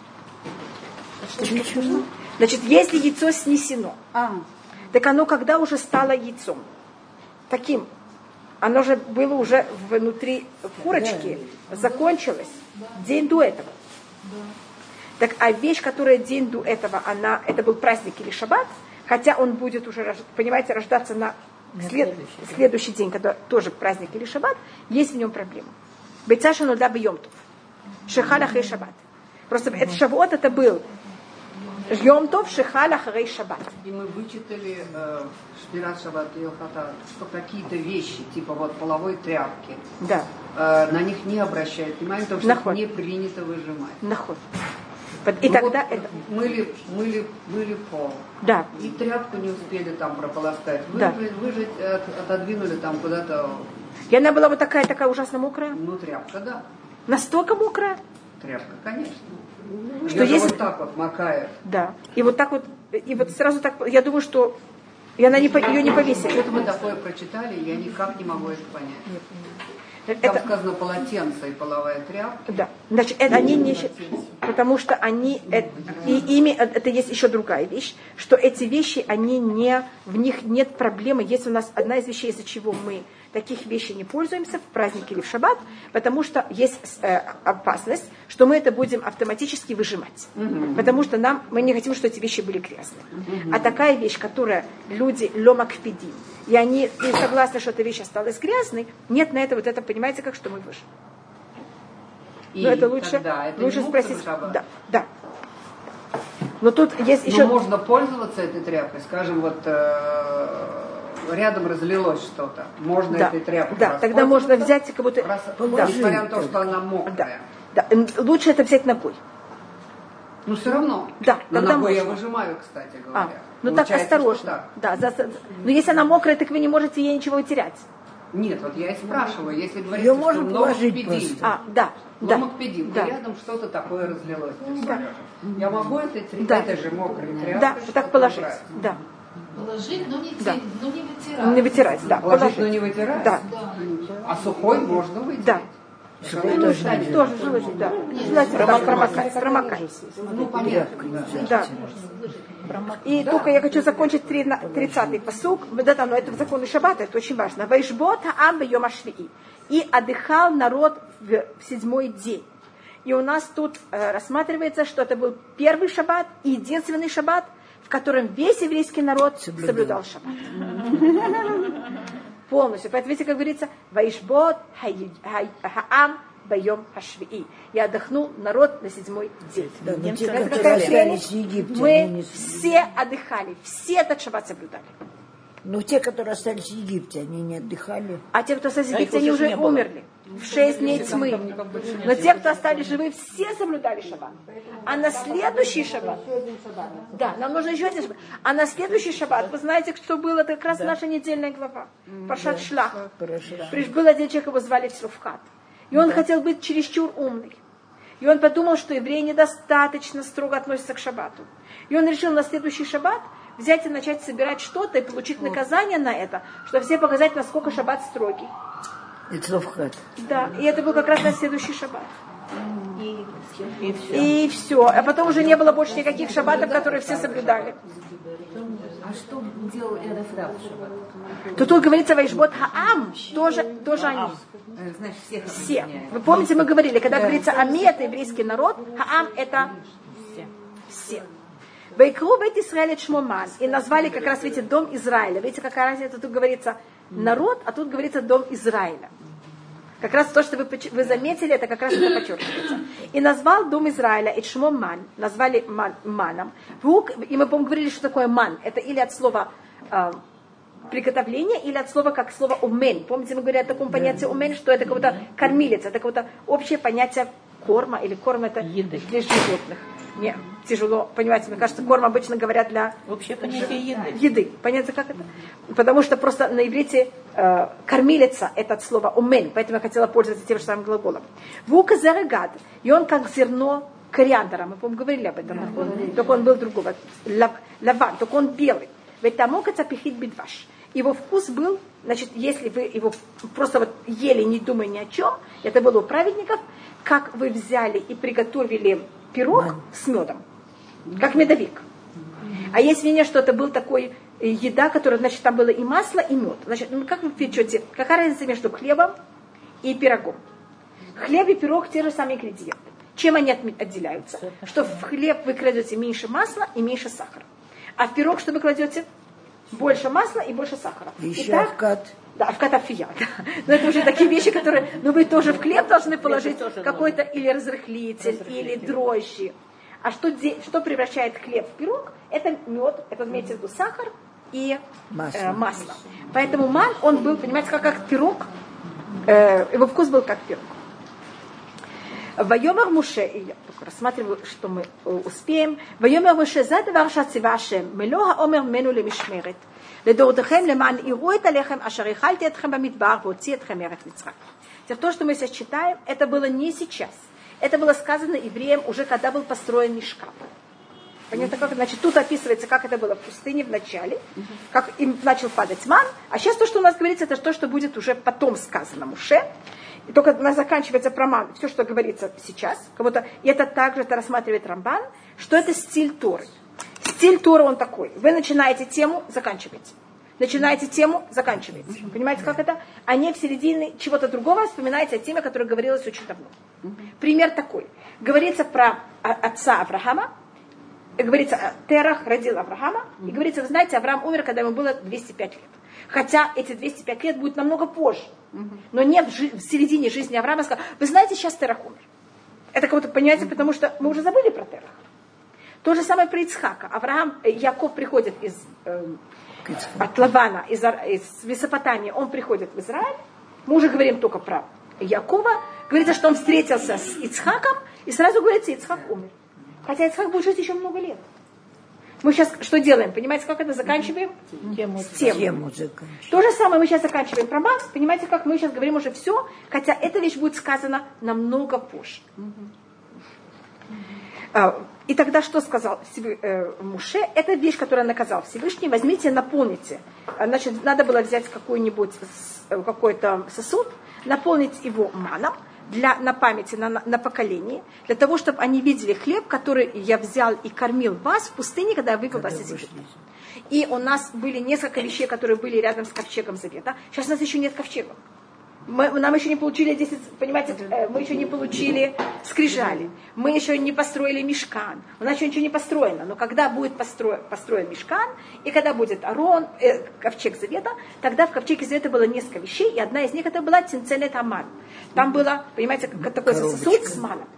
Значит, если яйцо снесено, а. так оно когда уже стало яйцом? Таким. Оно же было уже внутри курочки, да. закончилось да. день до этого. Да. Так, а вещь, которая день до этого, она, это был праздник или шаббат, хотя он будет уже, понимаете, рождаться на след, следующий, следующий день, когда тоже праздник или шаббат, есть в нем проблема. Бейцаша нуда бьемтов. Шехалах и шаббат. Просто это шавуот, это был Йом-тов, Шехалах и шаббат. И мы вычитали э, Шпират Шаббат и Йохата, что какие-то вещи, типа вот половой тряпки, да. э, на них не обращают внимания, потому что Наход. их не принято выжимать. Наход. И ну тогда вот это... мыли, мыли, мыли пол. Да. И тряпку не успели там прополоскать. Да. Выжать, выжать, отодвинули там куда-то. И она была вот такая, такая ужасно мокрая? Ну, тряпка, да. Настолько мокрая? Тряпка, конечно. Что если... вот так вот макает. Да. И вот так вот, и вот сразу так, я думаю, что и она не, ее не повесили. Что-то мы такое прочитали, я никак не могу это понять. Нет. Там это... сказано полотенце и половая тряпка. Да. Значит, это они не потому что они, это, и ими, это есть еще другая вещь, что эти вещи, они не, в них нет проблемы. Есть у нас одна из вещей, из-за чего мы таких вещей не пользуемся в праздник или в шаббат, потому что есть э, опасность, что мы это будем автоматически выжимать. Mm-hmm. Потому что нам, мы не хотим, чтобы эти вещи были грязные. Mm-hmm. А такая вещь, которая люди ломакпедим, и они и согласны, что эта вещь осталась грязной, нет на это вот это, понимаете, как что мы выжим. И но это лучше, это лучше спросить. Да, да. Но тут есть еще... Но можно пользоваться этой тряпкой, скажем, вот э, рядом разлилось что-то. Можно да, этой тряпкой да, тогда можно взять и как будто... Раз, да, несмотря на то, что она мокрая. Да, да. Лучше это взять ногой. Ну все равно. Да, на тогда ногой можно. я выжимаю, кстати говоря. А, ну так осторожно. Так. Да, за, но если она мокрая, так вы не можете ей ничего терять. Нет, вот я и спрашиваю, если говорится, ее можно положить просто. А, да. Ломакпедим, да. рядом что-то такое разлилось. Да. Я могу этой, да. этой же мокрой тряпкой да, так положить. Да. Положить, но не, да. но не вытирать. Не вытирать, да. Положить, положить. но не вытирать? Да. А сухой можно вытереть? Да. Сухой тоже нельзя. Тоже желудь, да. Желательно так промокать. Промокать. Да. И только я хочу закончить тридцатый пасук. Да, да, но это законы шаббата, это очень важно. Вайшбот хаам бьем ашвии. И отдыхал народ в, в седьмой день. И у нас тут э, рассматривается, что это был первый шаббат и единственный шаббат, в котором весь еврейский народ соблюдал, соблюдал шаббат. Полностью. Поэтому, видите, как говорится, «Ваишбот хаам байом хашвии». Я отдохнул народ на седьмой день. Да, но те, которые остались в Египте, мы все отдыхали, все этот шаббат соблюдали. Но те, которые остались в Египте, они не отдыхали. А те, кто остались в Египте, они уже умерли. В шесть дней тьмы. Но те, кто остались живы, все соблюдали шаббат. А на следующий шаббат... Да, нам нужно еще один шаббат. А на следующий шаббат, вы знаете, что было? Это как раз наша недельная глава. Паршат Шлах. Был один человек, его звали Цруфхат. И он хотел быть чересчур умный. И он подумал, что евреи недостаточно строго относятся к шаббату. И он решил на следующий шаббат взять и начать собирать что-то и получить наказание на это, чтобы все показать, насколько шаббат строгий. И Цруфхат. Да, и это был как раз на следующий шаббат. И, и, все. и все. А потом уже не было больше никаких шаббатов, которые все соблюдали. А что делал Эрефрав в шаббат? То тут говорится «Вайшбот хаам», тоже, тоже они. Значит, всех все. Вы помните, мы говорили, когда говорится «Ами» — это еврейский народ, «Хаам» — это все. «Вайкру бейт Исраэль шмоман». И назвали как раз, видите, дом Израиля. Видите, какая разница? Тут говорится народ, а тут говорится дом Израиля. Как раз то, что вы, вы заметили, это как раз это подчеркивается. И назвал дом Израиля Эчмо Ман, назвали ман, маном. И мы, по-моему, говорили, что такое ман. Это или от слова э, приготовление, или от слова как слово умен. Помните, мы говорили о таком понятии умен, что это какое-то кормилец, это какое-то общее понятие корма, или корм это еды для животных. Нет, тяжело, понимаете, мне кажется, корм обычно говорят для... Общее понятие еды. Еды, понятно, как это? Потому что просто на иврите э, кормилица это от слова умен, поэтому я хотела пользоваться тем же самым глаголом. Вука зарагад, и он как зерно кориандра, мы, по-моему, говорили об этом, да, он, только он был другого, лав, лаван, только он белый. Ведь тому кацапихит бидваш. Его вкус был, значит, если вы его просто вот ели, не думая ни о чем, это было у праведников, как вы взяли и приготовили пирог Ман. С медом, как медовик. А есть мнение, что это был такой еда, которая, значит, там было и масло, и мед. Значит, ну, как вы печете, какая разница между хлебом и пирогом? Хлеб и пирог те же самые ингредиенты. Чем они отделяются? Что в хлеб вы кладете меньше масла и меньше сахара. А в пирог что вы кладете? Больше масла и больше сахара. Еще Итак, авкад. Да, авкад афия. Да. Но это уже такие вещи, которые... Ну, вы тоже в хлеб должны положить какой-то или разрыхлитель, или дрожжи. А что, что превращает хлеб в пирог? Это мед, это имеется в виду сахар и масло. Э, масло. Поэтому ман, он был, понимаете, как, как пирог. Э, его вкус был как пирог. Вайомер Муше, и я только рассматриваю, что мы успеем. Вайомер Муше, задавар шацива Ашем, мелоха омер мену лемишмерет, ледоротехем леман ирует алехем, ашар ихальте этхем бамидбар, воци этхем эрет Мицрах. То, что мы сейчас читаем, это было не сейчас. Это было сказано евреям уже, когда был построен Мишкан. Понятно, как? Значит, тут описывается, как это было в пустыне в начале, как им начал падать ман, а сейчас то, что у нас говорится, это то, что будет уже потом сказано Муше. И только у нас заканчивается про ман, все, что говорится сейчас, как будто, и это также это рассматривает Рамбан, что это стиль Торы. Стиль Торы он такой. Вы начинаете тему, заканчиваете. Начинаете тему, заканчиваете. Понимаете, как это? А не в середине чего-то другого вспоминаете о теме, которая говорилась очень давно. Пример такой. Говорится про отца Авраама, говорится, Терах родил Авраама, и говорится, вы знаете, Авраам умер, когда ему было двести пять лет. Хотя эти двести пять лет будет намного позже. Но не в, жи- в середине жизни Авраама сказал, вы знаете, сейчас Терах умер. Это как-то, понимаете, потому что мы уже забыли про Терах. То же самое про Ицхака. Авраам, Яков приходит из, э, от Лавана, из, из Месопотамии, он приходит в Израиль. Мы уже говорим только про Якова. Говорится, что он встретился с Ицхаком, и сразу говорится, Ицхак умер. Хотя Ицхак будет жить еще много лет. Мы сейчас что делаем? Понимаете, как это заканчиваем? Тему. Тему. Тему То же самое мы сейчас заканчиваем про Ман. Понимаете, как мы сейчас говорим уже все, хотя эта вещь будет сказана намного позже. Mm-hmm. И тогда что сказал Муше? Это вещь, которую наказал Всевышний. Возьмите, наполните. Значит, надо было взять какой-нибудь какой-то сосуд, наполнить его маном, для, на памяти, на, на поколение, для того, чтобы они видели хлеб, который я взял и кормил вас в пустыне, когда я вывел вас из Египта. И у нас были несколько вещей, которые были рядом с ковчегом завета. Сейчас у нас еще нет ковчега. Мы, нам еще не получили десять, понимаете, мы еще не получили скрижали, мы еще не построили мишкан, у нас еще ничего не построено, но когда будет построен, построен мишкан, и когда будет Арон, э, ковчег завета, тогда в ковчеге завета было несколько вещей, и одна из них это была Цинценет Аман. Там было, понимаете, как такой сосуд с маном.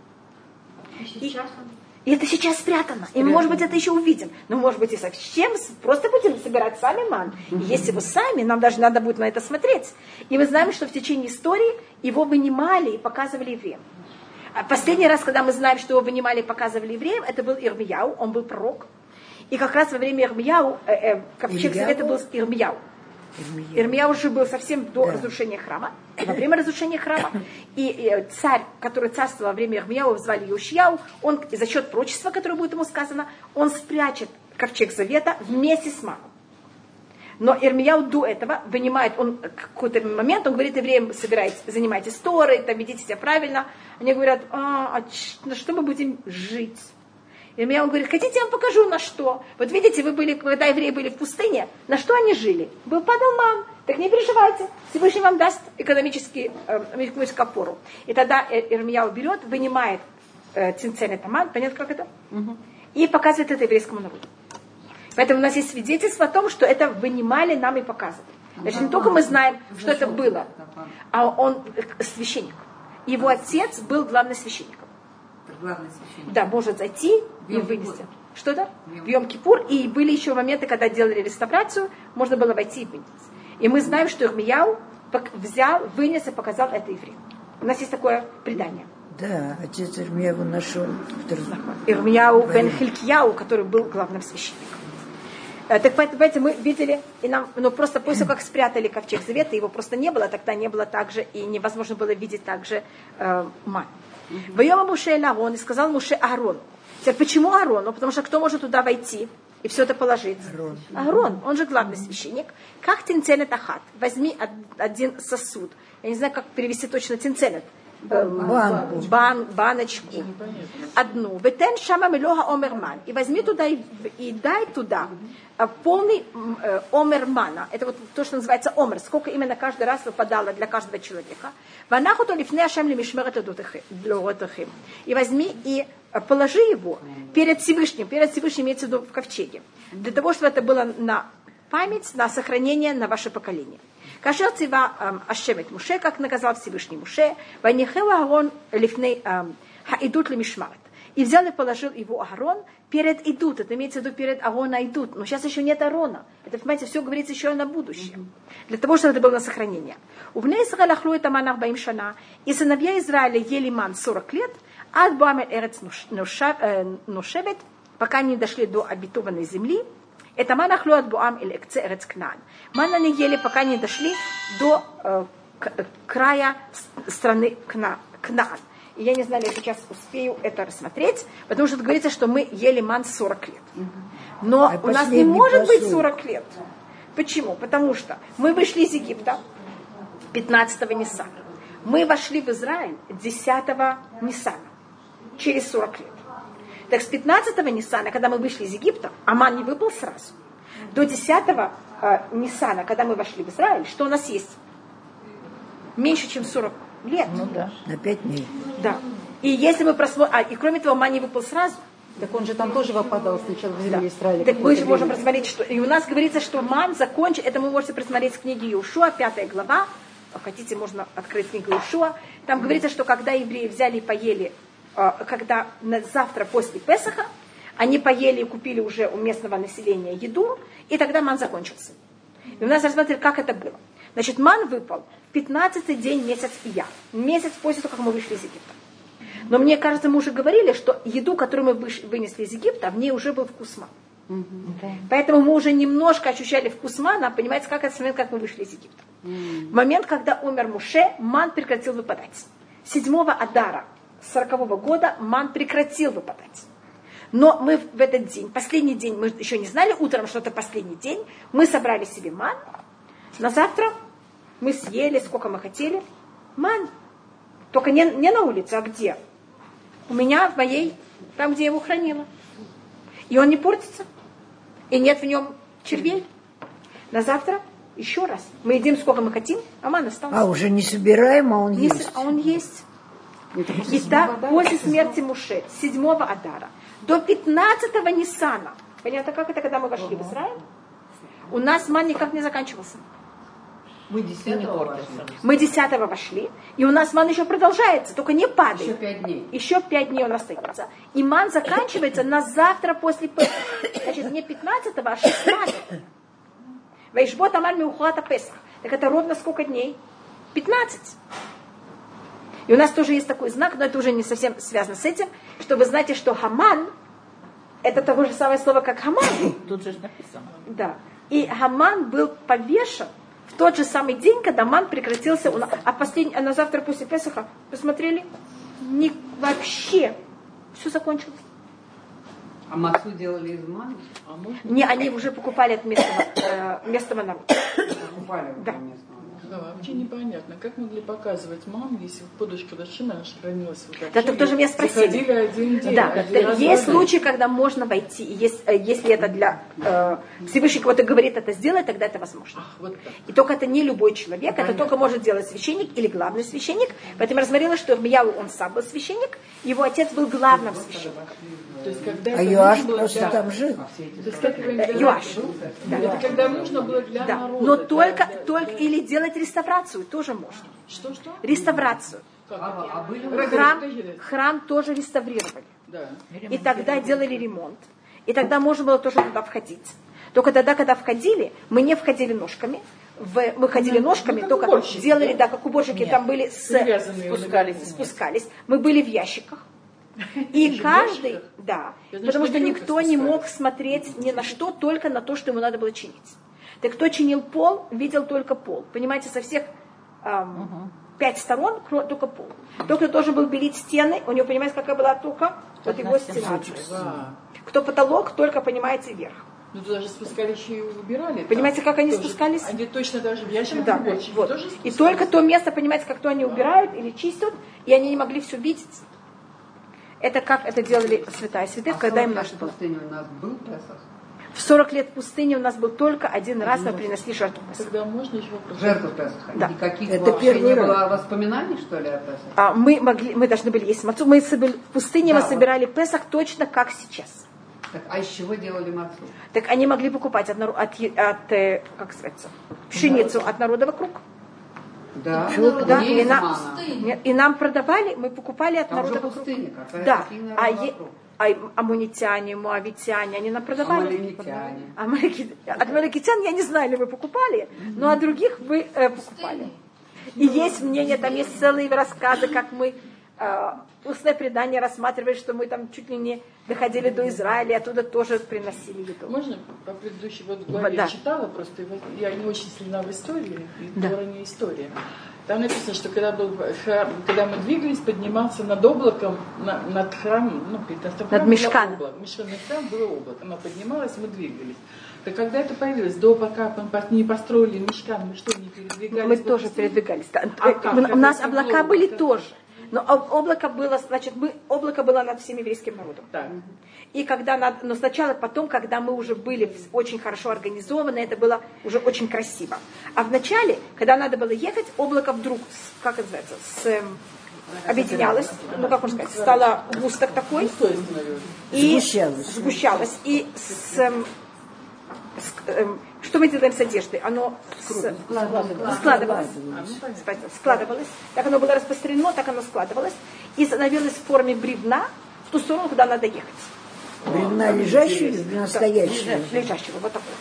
И, и это сейчас спрятано. И мы, может быть, это еще увидим. Но, может быть, и совсем просто будем собирать сами ман. И если вы сами, нам даже надо будет на это смотреть. И мы знаем, что в течение истории его вынимали и показывали евреям. А последний раз, когда мы знаем, что его вынимали и показывали евреям, это был Ирмияу, он был пророк. И как раз во время Ирмияу, э, э, ковчег завета был Ирмияу. Ирмияу уже был совсем до да. разрушения храма, во время разрушения храма. И, и царь, который царствовал во время Ирмияу, звали Йошияу, он за счет пророчества, которое будет ему сказано, он спрячет ковчег завета вместе с маном. Но Ирмияу до этого вынимает, он в какой-то момент, он говорит евреям, собирайтесь, занимайтесь Торой, там, ведите себя правильно. Они говорят, а, а на что мы будем жить? Ирмияу говорит, хотите, я вам покажу на что. Вот видите, вы были, когда евреи были в пустыне, на что они жили? Был падал ман, так не переживайте, Всевышний вам даст экономический, э, экономическую опору. И тогда Ирмияу берет, вынимает э, Цинценет Аман, понятно, как это? Угу. И показывает это еврейскому народу. Поэтому у нас есть свидетельство о том, что это вынимали нам и показывали. Значит, не только мы знаем, что это было, а он священник. Его отец был главным священником. Главный священник. Да, может зайти и вынести. Что-то? В Йом-Кипур. И были еще моменты, когда делали реставрацию, можно было войти и вынести. И мы знаем, что Ирмияу взял, вынес и показал это евреям. У нас есть такое предание. Да, отец Ирмияу нашел. Ирмияу бен Хилькияу, который был главным священником. Так поэтому мы видели, и нам, ну просто после того, как спрятали ковчег завета, его просто не было, тогда не было также, и невозможно было видеть также э, ман. Воема Муше эль Аарон, и сказал Муше Аарону. Теперь почему Аарону? Потому что кто может туда войти и все это положить? Аарон. Аарон, он же главный священник. Как тинценет ахат? Возьми один сосуд. Я не знаю, как перевести точно тинценет. Банку. Бан, баночку. Одну. Ветен шама мелоха омерман. И возьми туда и, и дай туда полный э, омермана. Это вот то, что называется омер. Сколько именно каждый раз выпадало для каждого человека. Ванахуту лифне ашем лемишмерет лодотахим. И возьми и положи его перед Всевышним. Перед Всевышним имеется в виду в ковчеге. Для того, чтобы это было на память, на сохранение, на ваше поколение. Кашер цива ашемет Муше, как наказал Всевышний Муше, ванихел Аарон лифней хаидут лемишмарет. И взял и положил его Аарон перед идут. Это имеется в виду перед Аарона идут. Но сейчас еще нет Аарона. Это, понимаете, все говорится еще на будущее. Для того, чтобы это было на сохранение. У Бней Исраэль ахлу это ман арбаим шана. И сыновья Израиля ели ман сорок лет, ад буамель эрец ношебет, пока не дошли до обетованной земли. Это ман ахлу ад буам эль экце эрец кнаан. Ман они ели, пока не дошли до э, к, края страны Кна, Кнаан. И я не знаю, я сейчас успею это рассмотреть, потому что говорится, что мы ели ман сорок лет. Но а у нас не может посыл. быть сорок лет. Почему? Потому что мы вышли из Египта пятнадцатого Ниссана. Мы вошли в Израиль десятого Ниссана. Через сорок лет. Так с пятнадцатого Ниссана, когда мы вышли из Египта, а ман не выпал сразу. До десятого э, Ниссана, когда мы вошли в Израиль, что у нас есть? Меньше, чем сорок лет. Ну да, на пять дней. Да. И если мы просмотрим... А, и кроме того, ман не выпал сразу. Так он же там тоже выпадал сначала в земле Израиля. Так мы же можем просмотреть, что... И у нас говорится, что ман закончит... Это вы можете просмотреть в книге Иошуа, пятая глава. Хотите, можно открыть книгу Иошуа. Там говорится, что когда евреи взяли и поели, когда завтра после Песаха, они поели и купили уже у местного населения еду, и тогда ман закончился. И у нас рассмотрели, как это было. Значит, ман выпал в пятнадцатый день месяц Ияр. Месяц после того, как мы вышли из Египта. Но мне кажется, мы уже говорили, что еду, которую мы вынесли из Египта, в ней уже был вкус мана. Mm-hmm. Поэтому мы уже немножко ощущали вкус мана, понимаете, как это с момента, как мы вышли из Египта. Mm-hmm. В момент, когда умер Муше, ман прекратил выпадать. седьмого Адара сорокового года ман прекратил выпадать. Но мы в этот день, последний день, мы еще не знали утром, что это последний день, мы собрали себе ман. На завтра мы съели, сколько мы хотели, ман. Только не, не на улице, а где? У меня в моей, там, где я его хранила. И он не портится. И нет в нем червей. На завтра еще раз. Мы едим сколько мы хотим, а ман остался. А, уже не собираем, а он не есть. С... А он есть. И так, после смерти Муше, седьмого Адара, до пятнадцатого Ниссана, понятно, как это, когда мы вошли в Израиль, у нас ман никак не заканчивался. Мы десятого вошли. Мы десятого вошли, и у нас ман еще продолжается, только не падает. Еще пять дней. Еще пять дней он остается. И ман заканчивается на завтра после Песаха. Значит, не пятнадцатого, а шестнадцатого. Вайшбот амар меухлата Песах. Так это ровно сколько дней? пятнадцать. И у нас тоже есть такой знак, но это уже не совсем связано с этим, что вы знаете, что Хаман, это того же самое слово, как Хаман. Тут же написано. Да. И Хаман был повешен в тот же самый день, когда ман прекратился. А, последний, а на завтра после Песаха, посмотрели, не, вообще все закончилось. А мацу делали из маны? А не, они уже покупали от местного, э, местного народа. Покупали да. местного. Да, вообще непонятно, как могли показывать маму, если подушка Дашима хранилась вот так. Да, так тоже меня спросили. Заходили один день. Да, один раз есть один. случаи, когда можно войти, и есть, если это для э, Всевышний кого-то говорит это сделать, тогда это возможно. Ах, вот так. И только это не любой человек, Понятно. Это только может делать священник или главный священник. Поэтому я рассмотрела, что в Мияу он сам был священник, его отец был главным священником. То есть, когда а Юаш просто да. там жил. Юаш. Да. Это когда нужно было для да. народа. Но для, только, для, только для... или делать реставрацию тоже можно. Что, что? Реставрацию. А, а были храм, храм тоже реставрировали. Да. И тогда делали ремонт. И тогда можно было тоже туда входить. Только тогда, когда входили, мы не входили ножками. В, мы ходили ну, ножками, ну, только уборщики, делали, да? да, как уборщики, Нет. Там были с, спускались, спускались. Мы были в ящиках. И каждый, да, я потому что никто не мог смотреть ни на что, только на то, что ему надо было чинить. Так кто чинил пол, видел только пол. Понимаете, со всех эм, угу. пять сторон только пол. Тот, кто должен был белить стены, у него, понимаете, какая была только вот его стена. Кто потолок, только, понимаете, вверх. Ну, туда же спускали еще и убирали. Понимаете, как они тоже, спускались? Они точно даже в ящиках да, вот. И только то место, понимаете, как то они убирают или чистят, и они не могли все видеть. Это как это делали святая святых, а когда им нужно было. В пустыне у нас был Песах? В сорок лет пустыни у нас был только один раз, мы принесли жертву Песаха. Тогда можно еще вопрос? Жертву Песаха? Да. Никаких это вообще не было воспоминаний, что ли, о Песахе? А мы, могли, мы должны были есть мацу. Мы собирали, в пустыне да, мы собирали вот. Песах точно как сейчас. Так, а из чего делали мацу? Так они могли покупать от, от, от, от как сказать, пшеницу да. от народа вокруг. Да, да. И, на, и нам продавали, мы покупали от Там народа вокруг. Пустыня, да, а, е, а амунитяне, муавитяне, они нам продавали. Амаликитяне. Амалики, от амаликитян я не знаю, ли вы покупали, mm-hmm. но от других вы э, покупали. И есть мнение, там есть целые рассказы, как мы э, устное предание рассматривали, что мы там чуть ли не доходили до Израиля, оттуда тоже приносили еду. Можно по предыдущей вот главе да. я читала, просто я не очень сильна в истории, и да. Тора не история. Там написано, что когда, был храм, когда мы двигались, поднимался над облаком, на, над храмом, ну, над, над мешканом. Мешканный храм было облако, оно поднималось, мы двигались. Так когда это появилось, до пока не построили мешкан, мы что, не передвигались? Мы тоже пустыне? передвигались. А как? У нас облака были тоже. Но облако было, значит, мы, облако было над всем еврейским народом. Так. И когда, над, но сначала, потом, когда мы уже были очень хорошо организованы, это было уже очень красиво. А вначале, когда надо было ехать, облако вдруг, как это называется, с, объединялось, ну как можно сказать, стало густок такой, и сгущалось. сгущалось, и с, с, что мы делаем с одеждой? Оно с, складывалось. Складывалось. Так оно было распространено, так оно складывалось. И становилось в форме бревна в ту сторону, куда надо ехать. Бревна лежащего или настоящего? Лежащего, вот такого.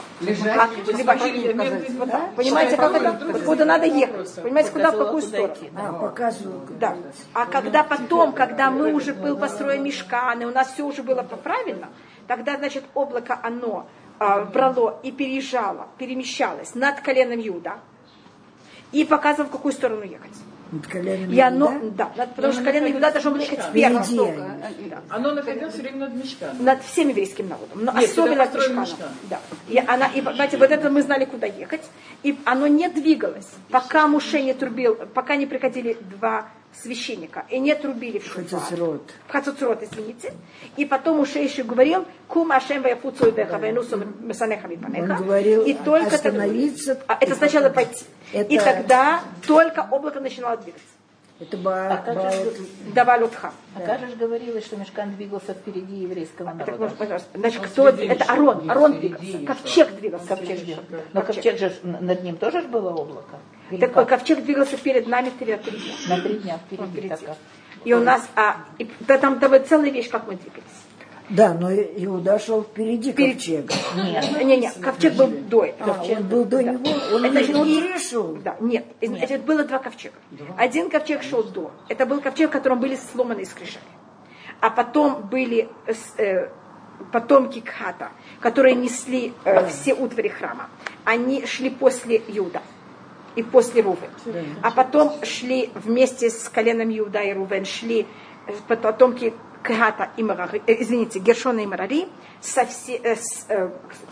Лежащего. Вот так. Понимаете, как это? Куда надо ехать. Понимаете, куда, в какую сторону. А, показываю. Да. А когда потом, когда мы уже был построен мешкан, и у нас все уже было правильно, тогда, значит, облако, оно брало и переезжало, перемещалось над коленом Иуда и показывало, в какую сторону ехать. Над коленом и оно, да, над, потому что колено Иуда должно было ехать первым. Да. Оно находилось все время над мешканом. Над всем еврейским народом, но Нет, особенно над мешканом. Мешкан. Да. И, она, и, знаете, вот это мы знали, куда ехать. И оно не двигалось, пока Муше не трубил, пока не приходили два священника, и не трубили в шофар. Хацоцрот. Хацоцрот, извините. И потом Моше еще говорил, кум ашем ваяфуцу беха вайнусу месанеха мипанеха. Он говорил и только остановиться. А, это сначала пойти. Это... И тогда только облако начинало двигаться. Это ба... А ба... Давалютха. А как же говорилось, что Мишкан двигался впереди еврейского народа? Так, может, пожалуйста. Значит, кто это? Это Арон. Арон двигался. Ковчег двигался. Ковчег двигался. Но ковчег же, над ним тоже же было облако. Так, ковчег двигался перед нами вперед три дня. На три дня впереди. впереди. Так, И у нас, а, и, да, там давай целая вещь, как мы двигались. Да, но Иуда шел впереди Перед... ковчега. Нет, нет, нет, ковчег был до этого. А, ковчег. Он был до да. него, он это, не, он не решил. Да, нет, нет. Это было два ковчега. Один ковчег шел до. Это был ковчег, в котором были сломаны скрижали. А потом были э, потомки Кхата, которые несли э, все утвари храма. Они шли после Иуда и после Рувен. А потом шли вместе с коленом Иуда и Рувен, шли потомки Кхата и Марари, э, извините, Гершона и Марари со все, э, с, э,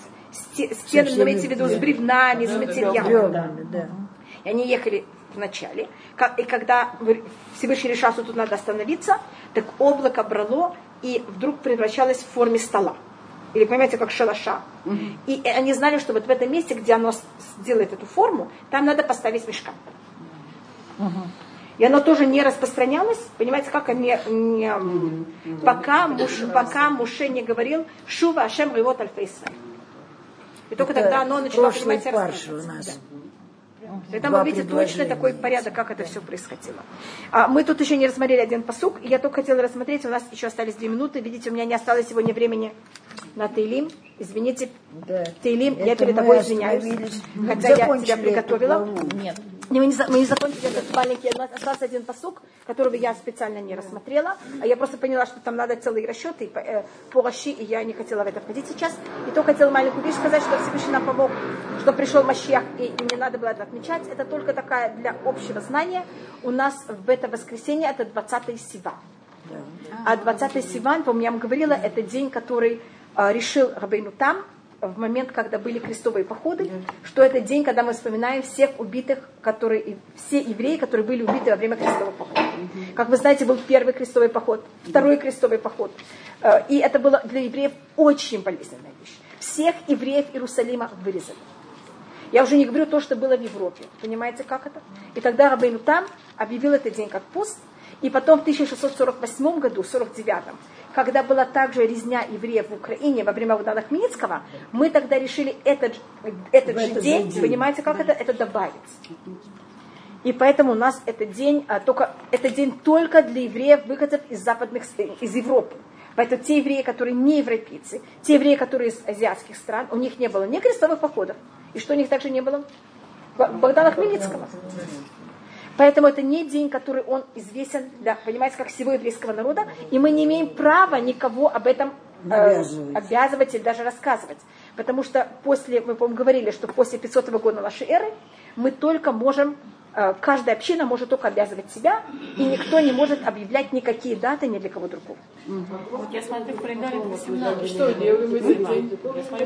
с тем, имеется в виду, с бревнами, с материалами. Да. И они ехали вначале. И когда Всевышний решал, что тут надо остановиться, так облако брало и вдруг превращалось в форме стола. Или, понимаете, как шалаша. Mm-hmm. И они знали, что вот в этом месте, где оно делает эту форму, там надо поставить мишкан. Mm-hmm. И оно тоже не распространялось, понимаете, как они не, mm-hmm. пока, Муш, пока Муше не говорил «Шува Ашем Ривот Альфа-Исраэль». И только это тогда оно начало, понимаете, распространяться. Это мы видим точно такой порядок, как это все происходило. А, мы тут еще не рассмотрели один пасук, и я только хотела рассмотреть, у нас еще остались две минуты, видите, у меня не осталось сегодня времени на Тейлим. Извините, да. Тейлим, я перед тобой извиняюсь, хотя я тебя приготовила. Нет. Мы не, мы не закончили этот маленький, у нас остался один пасук, которого я специально не рассмотрела, а я просто поняла, что там надо целые расчеты и, э, по Раши, и я не хотела в это входить сейчас. И только хотела маленькую вещь сказать, что Всевышний нам помог, что пришел Машиах, и, и не надо было это отмечать. Это только такая для общего знания. У нас в это воскресенье это двадцатый Сиван. Да. А двадцатый Сиван, помню, я вам говорила, это день, который э, решил Рабейну Там, в момент, когда были крестовые походы, yeah. что это день, когда мы вспоминаем всех убитых, которые, все евреи, которые были убиты во время крестового похода. Mm-hmm. Как вы знаете, был первый крестовый поход, второй mm-hmm. крестовый поход. И это было для евреев очень болезненная вещь. Всех евреев Иерусалима вырезали. Я уже не говорю то, что было в Европе. Понимаете, как это? И тогда Рабейну Там объявил этот день как пост. И потом в тысяча шестьсот сорок восьмом году, сорок девятом, когда была также резня евреев в Украине во время Богдана Хмельницкого, мы тогда решили этот, этот же день, день, понимаете, как это, это добавить. И поэтому у нас этот день, а, только, это день только для евреев, выходцев из западных, из Европы. Поэтому те евреи, которые не европейцы, те евреи, которые из азиатских стран, у них не было ни крестовых походов. И что у них также не было? Богдана Хмельницкого. Поэтому это не день, который он известен для, понимаете, как всего еврейского народа, и мы не имеем права никого об этом э, обязывать или даже рассказывать. Потому что после, мы, по-моему, говорили, что после пятисотого года нашей эры мы только можем, э, каждая община может только обязывать себя, и никто не может объявлять никакие даты ни для кого другого. Вот я смотрю в календаре восемнадцать. Что делаем в этот день?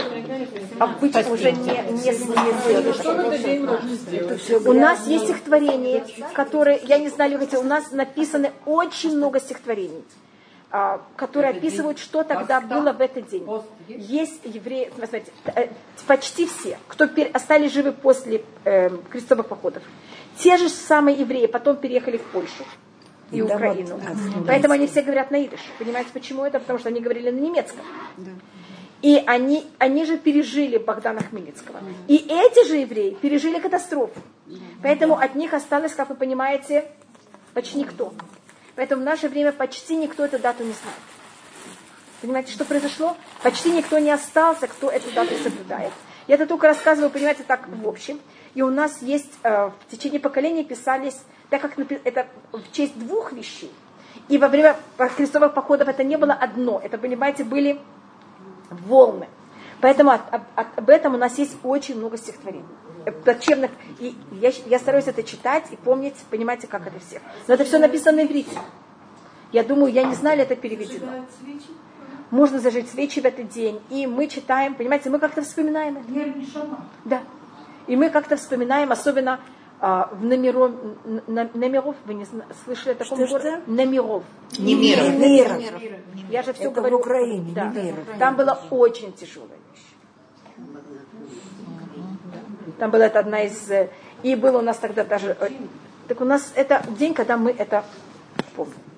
Обычно уже не, не, не Что в этот день можно сделать? У нас есть стихотворения, которые, я не знаю, у нас написаны очень много стихотворений, которые описывают, что тогда было в этот день. Есть евреи, смотрите, почти все, кто остались живы после э, крестовых походов, те же самые евреи потом переехали в Польшу и да, Украину. Вот, поэтому они все говорят на идыше. Понимаете, почему это? Потому что они говорили на немецком. Да. И они, они же пережили Богдана Хмельницкого. И эти же евреи пережили катастрофу. Поэтому от них осталось, как вы понимаете, почти никто. Поэтому в наше время почти никто эту дату не знает. Понимаете, что произошло? Почти никто не остался, кто эту дату соблюдает. Я это только рассказываю, понимаете, так в общем. И у нас есть, э, в течение поколений писались, так как это в честь двух вещей. И во время крестовых походов это не было одно. Это, понимаете, были волны. Поэтому от, от, об этом у нас есть очень много стихотворений. Плачевных. И я, я стараюсь это читать и помнить, понимаете, как это все. Но это все написано на иврите. Я думаю, я не знаю, это переведено. Можно зажечь свечи в этот день. И мы читаем, понимаете, мы как-то вспоминаем это. Да. И мы как-то вспоминаем, особенно А, в Намиров, на, Намиров, вы не слышали о таком что, городе? Что? Намиров. Немиров. Немиров. Я же все это говорю. в Украине, да. Немиров. Там была очень тяжелая вещь. Там была это одна из... И было у нас тогда даже... Так у нас это день, когда мы это помним.